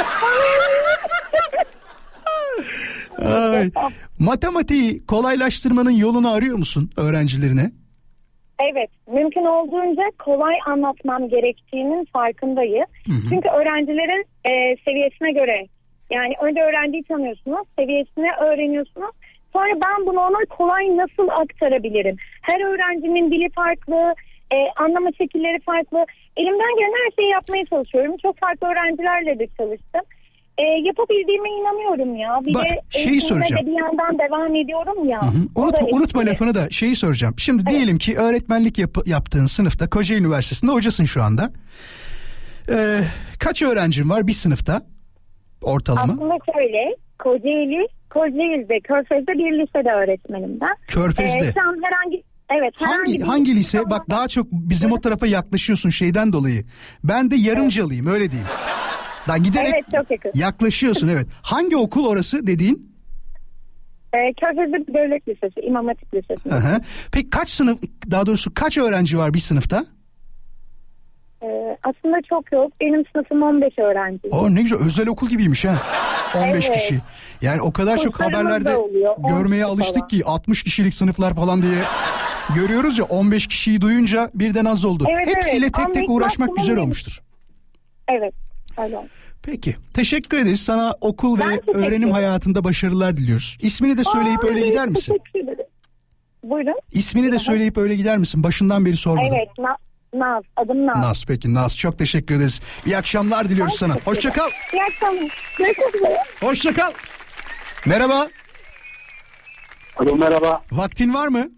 [SPEAKER 5] Ay. Matematiği kolaylaştırmanın yolunu arıyor musun öğrencilerine?
[SPEAKER 10] Evet, mümkün olduğunca kolay anlatmam gerektiğinin farkındayım. Hı hı. Çünkü öğrencilerin e, seviyesine göre, yani önce öğrenciyi tanıyorsunuz, seviyesini öğreniyorsunuz. Sonra ben bunu ona kolay nasıl aktarabilirim? Her öğrencinin dili farklı, e, anlama şekilleri farklı. Elimden gelen her şeyi yapmaya çalışıyorum. Çok farklı öğrencilerle de çalıştım. E, yapabildiğime inanıyorum ya. Bir
[SPEAKER 5] Bak
[SPEAKER 10] de
[SPEAKER 5] şeyi soracağım.
[SPEAKER 10] De bir yandan devam ediyorum ya.
[SPEAKER 5] Hı hı. Unutma, unutma lafını da şeyi soracağım. Şimdi evet. diyelim ki öğretmenlik yap- yaptığın sınıfta Kocaeli Üniversitesi'nde hocasın şu anda. Ee, kaç öğrencin var bir sınıfta ortalama?
[SPEAKER 10] Aslında şöyle Kocaeli, Kocaeli'de, Körfez'de bir lisede öğretmenim ben.
[SPEAKER 5] Körfez'de.
[SPEAKER 10] Ee, şu an herhangi Evet.
[SPEAKER 5] Hangi hangi lise? Bak daha çok bizim o tarafa yaklaşıyorsun şeyden dolayı. Ben de Yarımcalıyım evet. öyle diyeyim. Daha giderek
[SPEAKER 10] evet, çok yakın.
[SPEAKER 5] yaklaşıyorsun evet. Hangi okul orası dediğin?
[SPEAKER 10] Ee, Körfez'de Devlet Lisesi, İmam Hatip Lisesi.
[SPEAKER 5] Aha. Peki kaç sınıf, daha doğrusu kaç öğrenci var bir sınıfta?
[SPEAKER 10] Ee, aslında çok yok. Benim sınıfım on beş öğrenci.
[SPEAKER 5] O ne güzel, özel okul gibiymiş ha. on beş
[SPEAKER 10] Evet.
[SPEAKER 5] kişi. Yani o kadar çok
[SPEAKER 10] Kurslarımız
[SPEAKER 5] haberlerde
[SPEAKER 10] da oluyor, on
[SPEAKER 5] görmeye
[SPEAKER 10] kişi
[SPEAKER 5] alıştık
[SPEAKER 10] falan.
[SPEAKER 5] ki altmış kişilik sınıflar falan diye görüyoruz ya, on beş kişiyi duyunca birden az oldu.
[SPEAKER 10] Evet,
[SPEAKER 5] Hepsiyle
[SPEAKER 10] evet.
[SPEAKER 5] tek tek
[SPEAKER 10] Ama
[SPEAKER 5] uğraşmak
[SPEAKER 10] maksimum
[SPEAKER 5] güzel
[SPEAKER 10] benim.
[SPEAKER 5] olmuştur.
[SPEAKER 10] Evet. Öyle.
[SPEAKER 5] Peki. Teşekkür ederiz. Sana okul
[SPEAKER 10] Ben
[SPEAKER 5] ve
[SPEAKER 10] teşekkür
[SPEAKER 5] öğrenim
[SPEAKER 10] ederim.
[SPEAKER 5] hayatında başarılar diliyoruz. İsmini de söyleyip
[SPEAKER 10] Aa,
[SPEAKER 5] öyle
[SPEAKER 10] evet,
[SPEAKER 5] gider misin?
[SPEAKER 10] teşekkür ederim. Buyurun.
[SPEAKER 5] İsmini de söyleyip öyle gider misin? Başından beri sormadım.
[SPEAKER 10] Evet. Na- Naz. Adım Naz.
[SPEAKER 5] Naz, peki Naz, çok teşekkür ederiz. İyi akşamlar diliyoruz sana. Hoşça kal.
[SPEAKER 10] İyi akşamlar. Görüşmek üzere.
[SPEAKER 5] Hoşça kal. Merhaba.
[SPEAKER 11] Alo, merhaba.
[SPEAKER 5] Vaktin var mı?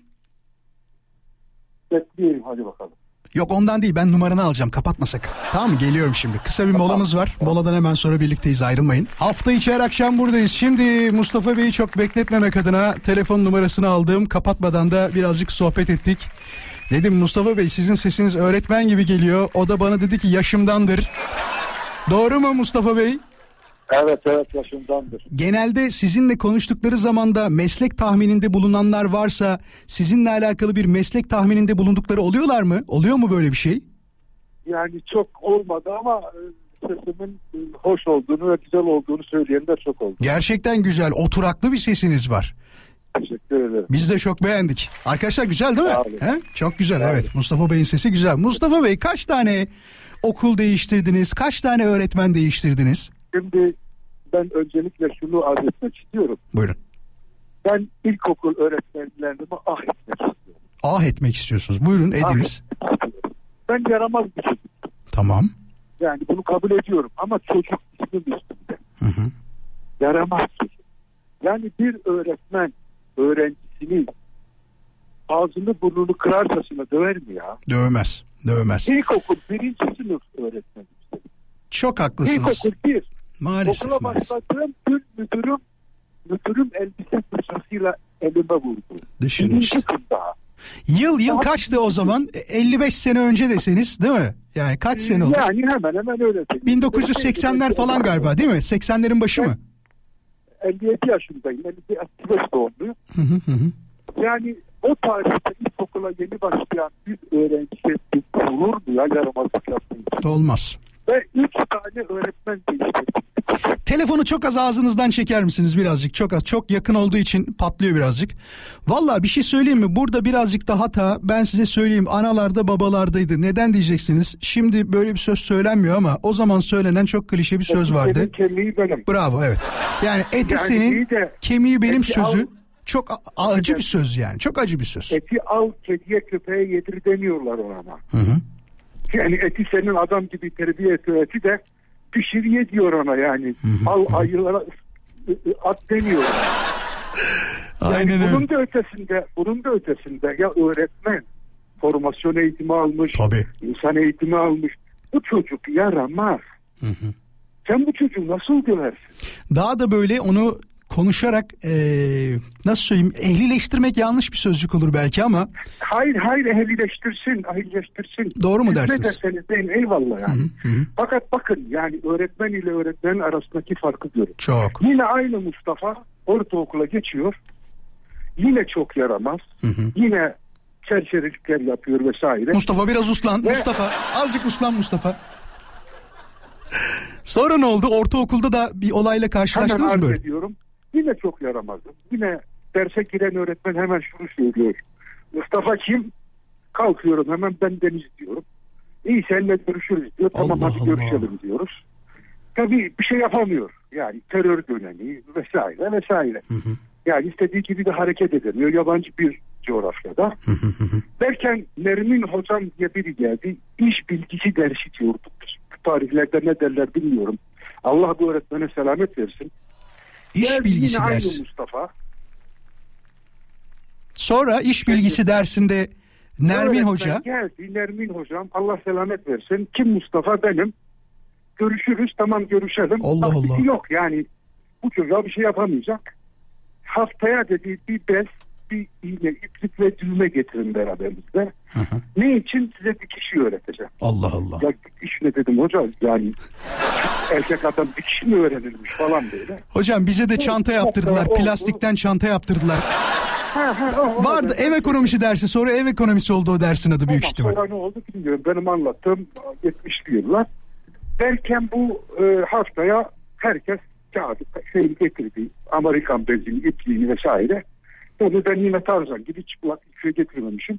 [SPEAKER 11] Bekleyeyim, hadi bakalım.
[SPEAKER 5] Yok, ondan değil, ben numaranı alacağım, kapatma sakın. Tamam mı? Geliyorum şimdi. Kısa bir molamız var. Moladan hemen sonra birlikteyiz, ayrılmayın. Hafta içi her akşam buradayız. Şimdi Mustafa Bey'i çok bekletmemek adına telefon numarasını aldım. Kapatmadan da birazcık sohbet ettik. Dedim Mustafa Bey, sizin sesiniz öğretmen gibi geliyor. O da bana dedi ki yaşımdandır. Doğru mu Mustafa Bey?
[SPEAKER 11] Evet evet, yaşımdandır.
[SPEAKER 5] Genelde sizinle konuştukları zamanda meslek tahmininde bulunanlar varsa sizinle alakalı bir meslek tahmininde bulundukları oluyorlar mı? Oluyor mu böyle bir şey?
[SPEAKER 11] Yani çok olmadı ama e, sesimin e, hoş olduğunu ve güzel olduğunu söyleyenler çok oldu.
[SPEAKER 5] Gerçekten güzel, oturaklı bir sesiniz var.
[SPEAKER 11] Teşekkür ederim.
[SPEAKER 5] Biz de çok beğendik. Arkadaşlar güzel değil mi?
[SPEAKER 11] Sağ olun.
[SPEAKER 5] He? Çok güzel,
[SPEAKER 11] Sağ olun.
[SPEAKER 5] evet. Mustafa Bey'in sesi güzel. Mustafa Bey, kaç tane okul değiştirdiniz? Kaç tane öğretmen değiştirdiniz?
[SPEAKER 11] Şimdi ben öncelikle şunu arz etmek istiyorum.
[SPEAKER 5] Buyurun.
[SPEAKER 11] Ben ilkokul öğretmenlerimi ah etmek istiyorum.
[SPEAKER 5] Ah etmek istiyorsunuz. Buyurun, ediniz.
[SPEAKER 11] Ah etmek istiyorum. Ben yaramaz bir çocuk.
[SPEAKER 5] Tamam.
[SPEAKER 11] Yani bunu kabul ediyorum ama çocuk ismim üstünde.
[SPEAKER 5] Hı hı.
[SPEAKER 11] Yaramaz çocuk. Yani bir öğretmen öğrencisini ağzını burnunu kırarcasına döver mi ya?
[SPEAKER 5] Dövmez. Dövmez.
[SPEAKER 11] İlkokul birinci sınıf öğretmeni.
[SPEAKER 5] Çok haklısınız.
[SPEAKER 11] İlkokul bir.
[SPEAKER 5] Maalesef.
[SPEAKER 11] Okula
[SPEAKER 5] maalesef.
[SPEAKER 11] başladığım gün müdürüm, müdürüm elbise fırsatıyla elime vurdu.
[SPEAKER 5] Düşünün
[SPEAKER 11] Birinci
[SPEAKER 5] işte.
[SPEAKER 11] gün daha.
[SPEAKER 5] Yıl yıl
[SPEAKER 11] Ama-
[SPEAKER 5] kaçtı o zaman? elli beş sene önce deseniz değil mi? Yani kaç sene oldu?
[SPEAKER 11] Yani hemen hemen öyle.
[SPEAKER 5] bin dokuz yüz seksenler falan galiba değil mi? seksenlerin başı mı?
[SPEAKER 11] elli yedi yaşındayım. elli beş doğumluyum.
[SPEAKER 5] Hı hı hı.
[SPEAKER 11] Yani o tarihte ilkokula yeni başlayan bir öğrenciye bir olur mu ya yaramazlık yaptığım için?
[SPEAKER 5] Olmaz.
[SPEAKER 11] Ve üç tane öğretmen değiştirdim.
[SPEAKER 5] Telefonu çok az ağzınızdan çeker misiniz birazcık? Çok az. Çok yakın olduğu için patlıyor birazcık. Vallahi bir şey söyleyeyim mi? Burada birazcık da hata, ben size söyleyeyim, analarda babalardaydı. Neden diyeceksiniz? Şimdi böyle bir söz söylenmiyor ama o zaman söylenen çok klişe bir söz vardı.
[SPEAKER 11] Senin kemiği benim.
[SPEAKER 5] Bravo, evet. Yani eti
[SPEAKER 11] Yani
[SPEAKER 5] senin,
[SPEAKER 11] iyi de
[SPEAKER 5] kemiği benim
[SPEAKER 11] eti
[SPEAKER 5] sözü.
[SPEAKER 11] al-
[SPEAKER 5] Çok a- acı bir söz yani. Çok acı bir söz.
[SPEAKER 11] Eti al kediye köpeğe yedir demiyorlar ona ama.
[SPEAKER 5] Hı hı.
[SPEAKER 11] Yani eti senin adam gibi terbiye et, eti de pişir ye diyor ona yani. Al ayılara ı- ı- at demiyor. Yani
[SPEAKER 5] Aynen öyle.
[SPEAKER 11] bunun da ötesinde, bunun da ötesinde ya öğretmen formasyon eğitimi almış,
[SPEAKER 5] Tabii.
[SPEAKER 11] insan eğitimi almış. Bu çocuk yaramaz.
[SPEAKER 5] Hı hı.
[SPEAKER 11] Sen bu çocuğu nasıl döversin?
[SPEAKER 5] Daha da böyle onu konuşarak eee, nasıl söyleyeyim, ehlileştirmek yanlış bir sözcük olur belki ama
[SPEAKER 11] Hayır hayır ehlileştirsin, ehlileştirsin.
[SPEAKER 5] Doğru mu
[SPEAKER 11] Siz
[SPEAKER 5] dersiniz?
[SPEAKER 11] Ne derseniz deyin eyvallah yani.
[SPEAKER 5] Hı hı.
[SPEAKER 11] Fakat bakın yani öğretmen ile öğretmenin arasındaki farkı görün.
[SPEAKER 5] çok.
[SPEAKER 11] Yine aynı Mustafa ortaokula geçiyor. Yine çok yaramaz.
[SPEAKER 5] Hı hı.
[SPEAKER 11] Yine serserilikler yapıyor vesaire.
[SPEAKER 5] Mustafa biraz uslan.
[SPEAKER 11] Ve-
[SPEAKER 5] Mustafa azıcık uslan Mustafa. Sonra ne oldu? Ortaokulda da bir olayla
[SPEAKER 11] Hemen
[SPEAKER 5] karşılaştınız mı
[SPEAKER 11] arz
[SPEAKER 5] böyle?
[SPEAKER 11] ediyorum. Yine çok yaramazım. Yine derse giren öğretmen hemen şunu söylüyor. Mustafa kim? Kalkıyorum hemen ben Deniz diyorum. İyi seninle görüşürüz diyor. Tamam
[SPEAKER 5] Allah
[SPEAKER 11] hadi
[SPEAKER 5] Allah.
[SPEAKER 11] görüşelim diyoruz. Tabii bir şey yapamıyor. Yani terör dönemi vesaire vesaire.
[SPEAKER 5] Hı hı.
[SPEAKER 11] Yani istediği gibi de hareket edemiyor. Yabancı bir coğrafyada.
[SPEAKER 5] Hı hı hı hı.
[SPEAKER 11] Derken Nermin hocam diye biri geldi. İş bilgisi dersi diyorduk. Bu tarihlerde ne derler bilmiyorum. Allah bu öğretmene selamet versin.
[SPEAKER 5] İş
[SPEAKER 11] Geldi
[SPEAKER 5] bilgisi
[SPEAKER 11] yine
[SPEAKER 5] dersi.
[SPEAKER 11] aynı Mustafa.
[SPEAKER 5] Sonra iş bilgisi dersinde Nermin
[SPEAKER 11] Öğretmen
[SPEAKER 5] Hoca.
[SPEAKER 11] geldi. Nermin hocam Allah selamet versin. Kim Mustafa? Benim. Görüşürüz tamam görüşelim.
[SPEAKER 5] Allah
[SPEAKER 11] Taklidi
[SPEAKER 5] Allah.
[SPEAKER 11] Yok yani bu çocuğa bir şey yapamayacak. Haftaya dedi bir bez, bir iğne, iplik ve düğme getirin beraberimizde.
[SPEAKER 5] Hı hı.
[SPEAKER 11] Ne için? Size dikişi öğreteceğim.
[SPEAKER 5] Allah Allah.
[SPEAKER 11] Ya dikiş ne dedim hocam yani erkek adam dikiş mi öğrenilmiş falan böyle.
[SPEAKER 5] Hocam bize de çanta yaptırdılar.
[SPEAKER 11] oldu.
[SPEAKER 5] Plastikten çanta yaptırdılar.
[SPEAKER 11] Ha, ha, o,
[SPEAKER 5] Vardı ev ekonomisi dersi, sonra ev ekonomisi oldu o dersin adı büyük
[SPEAKER 11] ama
[SPEAKER 5] ihtimal.
[SPEAKER 11] sonra ne oldu bilmiyorum. Benim anlattığım yetmişli yıllar. Derken bu e, haftaya herkes kağıdı şeyi getirdi. Amerikan bezini, ipliğini vesaire. Onu ben yine Tarzan gibi çıplak bir şey getirmemişim.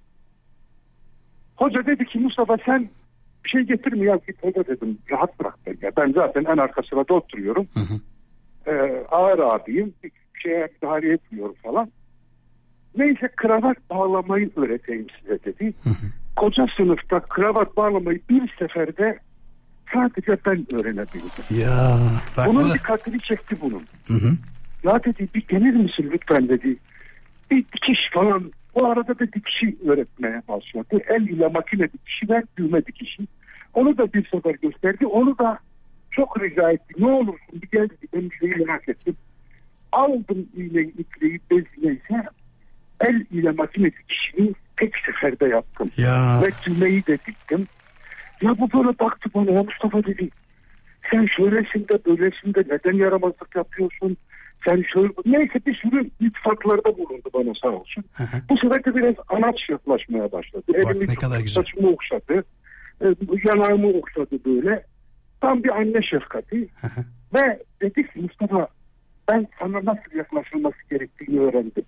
[SPEAKER 11] Hoca dedi ki Mustafa sen bir şey getirme ya. Git hoca dedim. Rahat bırak beni. Ya. Ben zaten en arka sırada oturuyorum. Hı hı. Ee, ağır abiyim. Bir şeye müdahale etmiyorum falan. Neyse kravat bağlamayı öğreteyim size dedi. Hı hı. Koca sınıfta kravat bağlamayı bir seferde sadece ben öğrenebildim.
[SPEAKER 5] Ya, bak,
[SPEAKER 11] bunun
[SPEAKER 5] bak.
[SPEAKER 11] dikkatini çekti bunun.
[SPEAKER 5] Hı hı.
[SPEAKER 11] Ya dedi bir denir misin lütfen dedi. Bir dikiş falan. Bu arada da dikişi öğretmeye başladı. El ile makine dikişi ve düğme dikişi. Onu da bir sefer gösterdi. Onu da çok rica etti. Ne olursun bir gel dedi. Ben bir şeyi merak ettim. Aldım iğneyi, ipliği, bez neyse. El ile makine dikişini tek seferde yaptım.
[SPEAKER 5] Ya.
[SPEAKER 11] Ve düğmeyi de diktim. Ya bu böyle baktı bana. Ya Mustafa dedi. Sen şöylesin de böylesin de neden yaramazlık yapıyorsun? Sen şöyle, neyse bir sürü iltifatlarda bulundu bana sağ olsun. Hı hı. Bu sefer de biraz anaç yaklaşmaya başladı.
[SPEAKER 5] Bak,
[SPEAKER 11] elimi
[SPEAKER 5] ne kadar güzel.
[SPEAKER 11] Saçımı okşadı. E, yanağımı okşadı böyle. Tam bir anne şefkati. Hı hı. Ve dedi ki Mustafa ben sana nasıl yaklaşılması gerektiğini öğrendim.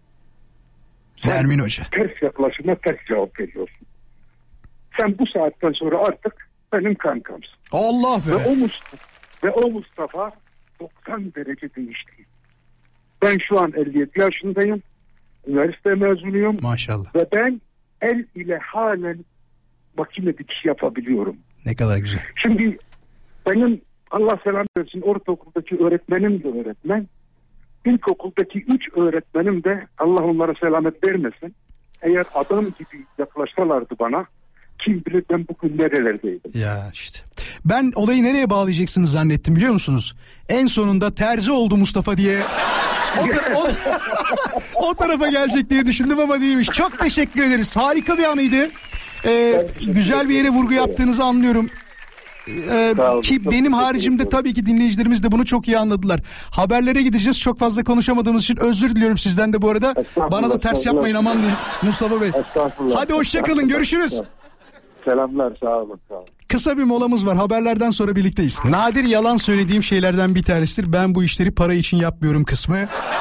[SPEAKER 5] Nermin Hoca.
[SPEAKER 11] Ters yaklaşıma ters cevap veriyorsun. Sen bu saatten sonra artık benim kankamsın.
[SPEAKER 5] Allah be.
[SPEAKER 11] Ve o Mustafa, ve o Mustafa doksan derece değişti. Ben şu an elli yedi yaşındayım. Üniversite mezunuyum.
[SPEAKER 5] Maşallah.
[SPEAKER 11] Ve ben el ile halen makine dikiş yapabiliyorum.
[SPEAKER 5] Ne kadar güzel.
[SPEAKER 11] Şimdi benim Allah selam versin ortaokuldaki öğretmenim de öğretmen. İlkokuldaki üç öğretmenim de Allah onlara selamet vermesin. Eğer adam gibi yaklaşsalardı bana kim bilir ben bugün nerelerdeydim.
[SPEAKER 5] Ya işte. Ben olayı nereye bağlayacaksınız zannettim biliyor musunuz? En sonunda terzi oldu Mustafa diye. O, tar- o, o tarafa gelecek diye düşündüm ama değilmiş. Çok teşekkür ederiz. Harika bir anıydı. Ee, güzel bir yere vurgu yaptığınızı anlıyorum. Ee,
[SPEAKER 11] olun,
[SPEAKER 5] ki benim haricimde tabii ki dinleyicilerimiz de bunu çok iyi anladılar. Haberlere gideceğiz. Çok fazla konuşamadığımız için özür diliyorum sizden de bu arada. Bana da ters yapmayın aman diyeyim Mustafa Bey. Hadi hoşçakalın, görüşürüz.
[SPEAKER 11] Selamlar, sağ olun, sağ olun.
[SPEAKER 5] Kısa bir molamız var. Haberlerden sonra birlikteyiz. Nadir yalan söylediğim şeylerden bir tanesidir. Ben bu işleri para için yapmıyorum kısmı.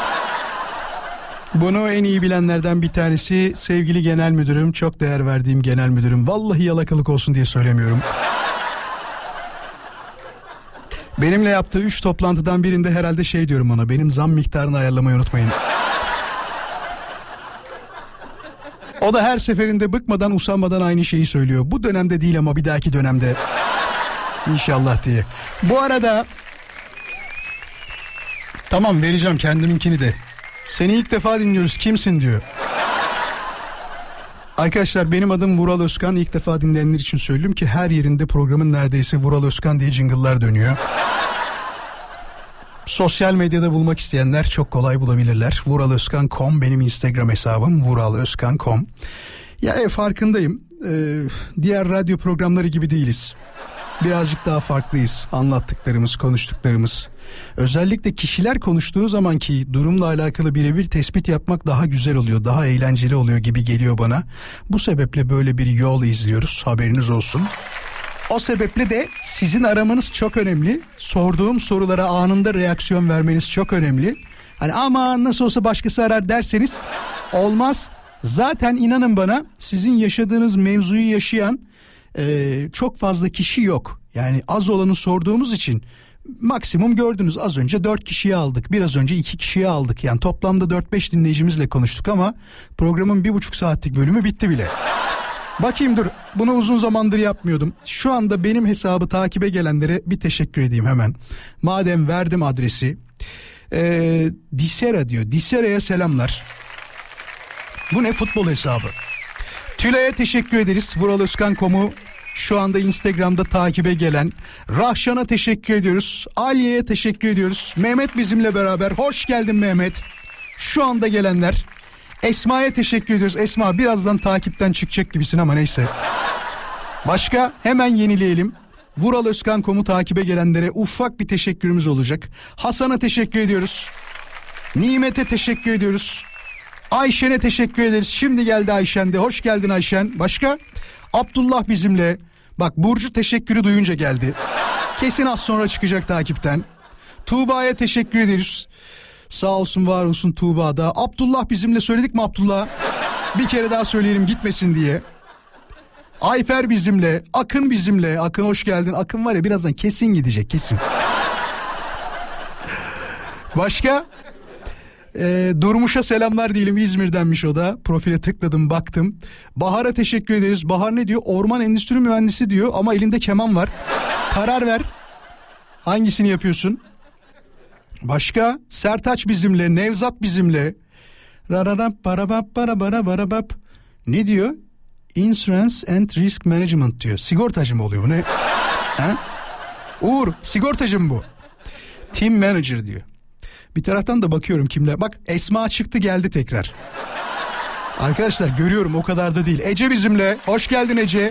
[SPEAKER 5] Bunu en iyi bilenlerden bir tanesi sevgili genel müdürüm, çok değer verdiğim genel müdürüm. Vallahi yalakalık olsun diye söylemiyorum. Benimle yaptığı üç toplantıdan birinde herhalde şey diyorum ona, benim zam miktarını ayarlamayı unutmayın. O da her seferinde bıkmadan usanmadan aynı şeyi söylüyor. Bu dönemde değil ama bir dahaki dönemde İnşallah diye. Bu arada tamam vereceğim kendiminkini de. Seni ilk defa dinliyoruz, kimsin diyor. Arkadaşlar benim adım Vural Özkan. İlk defa dinleyenler için söyleyeyim ki her yerinde programın neredeyse Vural Özkan diye jingle'lar dönüyor. Sosyal medyada bulmak isteyenler çok kolay bulabilirler. vural özkan nokta com benim Instagram hesabım. vural özkan nokta com. Ya e, farkındayım. Ee, diğer radyo programları gibi değiliz. Birazcık daha farklıyız. Anlattıklarımız, konuştuklarımız. Özellikle kişiler konuştuğu zamanki durumla alakalı birebir tespit yapmak daha güzel oluyor. Daha eğlenceli oluyor gibi geliyor bana. Bu sebeple böyle bir yol izliyoruz. Haberiniz olsun. O sebeple de sizin aramanız çok önemli. Sorduğum sorulara anında reaksiyon vermeniz çok önemli. Hani ama nasıl olsa başkası arar derseniz olmaz. Zaten inanın bana sizin yaşadığınız mevzuyu yaşayan e, çok fazla kişi yok. Yani az olanı sorduğumuz için maksimum gördünüz, az önce dört kişiyi aldık. Biraz önce iki kişiyi aldık. Yani toplamda dört beş dinleyicimizle konuştuk ama programın bir buçuk saatlik bölümü bitti bile. Bakayım dur, bunu uzun zamandır yapmıyordum. Şu anda benim hesabı takibe gelenlere bir teşekkür edeyim hemen. Madem verdim adresi. Ee, Disera diyor. Disera'ya selamlar. Bu ne futbol hesabı? Tülay'a teşekkür ederiz. vural özkan nokta com'u şu anda Instagram'da takibe gelen. Rahşan'a teşekkür ediyoruz. Aliye'ye teşekkür ediyoruz. Mehmet bizimle beraber. Hoş geldin Mehmet. Şu anda gelenler. Esma'ya teşekkür ediyoruz. Esma birazdan takipten çıkacak gibisin ama neyse. Başka hemen yenileyelim. vural özkan nokta com'u takibe gelenlere ufak bir teşekkürümüz olacak. Hasan'a teşekkür ediyoruz. Nimet'e teşekkür ediyoruz. Ayşen'e teşekkür ederiz. Şimdi geldi Ayşen de. Hoş geldin Ayşen. Başka? Abdullah bizimle. Bak Burcu teşekkürü duyunca geldi. Kesin az sonra çıkacak takipten. Tuğba'ya teşekkür ederiz. Sağ olsun var olsun Tuğba da. Abdullah bizimle, söyledik mi Abdullah? Bir kere daha söyleyelim gitmesin diye. Ayfer bizimle. Akın bizimle. Akın hoş geldin. Akın var ya birazdan kesin gidecek kesin. Başka? Ee, Durmuş'a selamlar diyelim, İzmir'denmiş o da. Profile tıkladım baktım. Bahar'a teşekkür ederiz. Bahar ne diyor? Orman endüstri mühendisi diyor ama elinde keman var. Karar ver. Hangisini yapıyorsun? Başka? Sertaç bizimle. Nevzat bizimle. Rararap barabap barabara barabap. Ne diyor? Insurance and Risk Management diyor. Sigortacı mı oluyor bu ne? He? Uğur sigortacı mı bu? Team Manager diyor. Bir taraftan da bakıyorum kimler. Bak Esma çıktı geldi tekrar. Arkadaşlar görüyorum o kadar da değil. Ece bizimle. Hoş geldin Ece.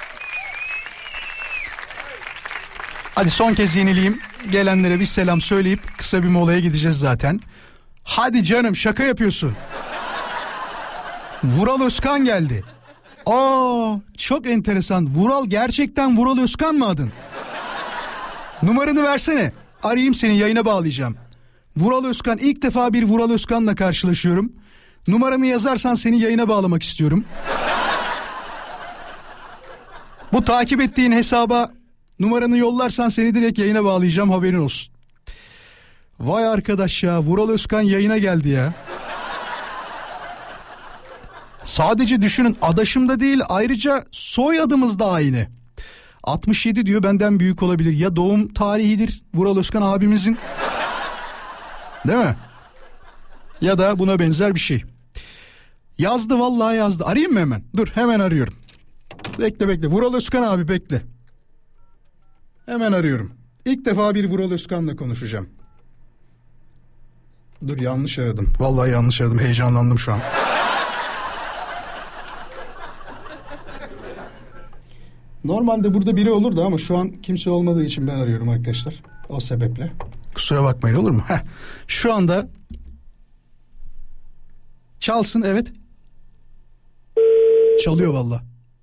[SPEAKER 5] Hadi son kez yenileyim. Gelenlere bir selam söyleyip kısa bir molaya gideceğiz zaten. Hadi canım şaka yapıyorsun. Vural Özkan geldi. Aa çok enteresan. Vural gerçekten Vural Özkan mı adın? Numaranı versene. Arayayım seni, yayına bağlayacağım. Vural Özkan, ilk defa bir Vural Özkan'la karşılaşıyorum. Numaranı yazarsan seni yayına bağlamak istiyorum. Bu takip ettiğin hesaba numaranı yollarsan seni direkt yayına bağlayacağım, haberin olsun. Vay arkadaş ya, Vural Özkan yayına geldi ya. Sadece düşünün, adaşım da değil, ayrıca soyadımız da aynı. altmış yedi diyor, benden büyük olabilir. Ya doğum tarihidir Vural Özkan abimizin. Değil mi? Ya da buna benzer bir şey. Yazdı vallahi yazdı. Arayayım mı hemen? Dur hemen arıyorum. Bekle bekle. Vural Özkan abi bekle. Hemen arıyorum. İlk defa bir Vural Özkan'la konuşacağım. Dur yanlış aradım. Vallahi yanlış aradım. Heyecanlandım şu an. Normalde burada biri olurdu ama şu an kimse olmadığı için ben arıyorum arkadaşlar. O sebeple. Kusura bakmayın, olur mu? Heh. Şu anda çalsın, evet. Çalıyor valla.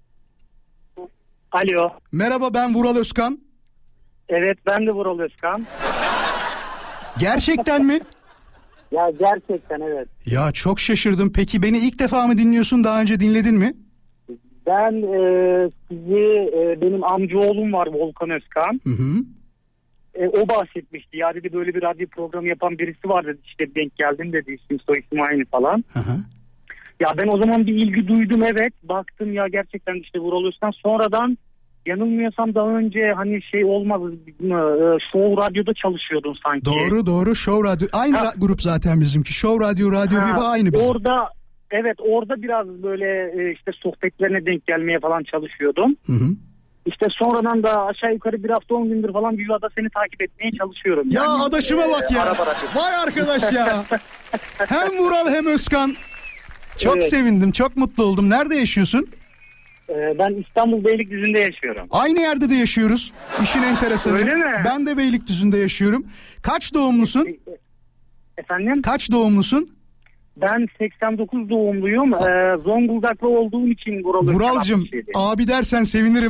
[SPEAKER 8] Alo.
[SPEAKER 5] Merhaba, ben Vural Özkan.
[SPEAKER 8] Evet, ben de Vural Özkan.
[SPEAKER 5] Gerçekten mi?
[SPEAKER 8] Ya gerçekten evet.
[SPEAKER 5] Ya çok şaşırdım. Peki beni ilk defa mı dinliyorsun, daha önce dinledin mi?
[SPEAKER 8] Ben e, sizi e, benim amcaoğlum var Volkan Özkan. Hı hı. E, o bahsetmişti. Ya dedi böyle bir radyo programı yapan birisi var dedi. İşte denk geldim dedi. İsim soy isim aynı falan. Hı hı. Ya ben o zaman bir ilgi duydum, evet. Baktım ya gerçekten işte Vural Özkan. Sonradan yanılmıyorsam daha önce hani şey olmaz mı? Show Radyo'da çalışıyordun sanki.
[SPEAKER 5] Doğru doğru, Show Radyo. Aynı ra- grup zaten bizimki. Show Radyo, Radyo
[SPEAKER 8] ha,
[SPEAKER 5] Viva aynı bizim.
[SPEAKER 8] Orada evet orada biraz böyle işte sohbetlerine denk gelmeye falan çalışıyordum. Hı hı. İşte sonradan da aşağı yukarı bir hafta on gündür falan Viva'da seni takip etmeye çalışıyorum.
[SPEAKER 5] Ya yani, adaşıma e, bak ya. Vay arkadaş ya. Hem Vural hem Özkan. Çok evet. Sevindim, çok mutlu oldum. Nerede yaşıyorsun?
[SPEAKER 8] Ee, ben İstanbul Beylikdüzü'nde yaşıyorum.
[SPEAKER 5] Aynı yerde de yaşıyoruz. İşin enteresanı.
[SPEAKER 8] Öyle mi?
[SPEAKER 5] Ben de Beylikdüzü'nde yaşıyorum. Kaç doğumlusun?
[SPEAKER 8] Efendim?
[SPEAKER 5] Kaç doğumlusun?
[SPEAKER 8] Ben seksen dokuz doğumluyum. Ee, Zonguldaklı olduğum için Vural.
[SPEAKER 5] Vuralcığım abi dersen sevinirim.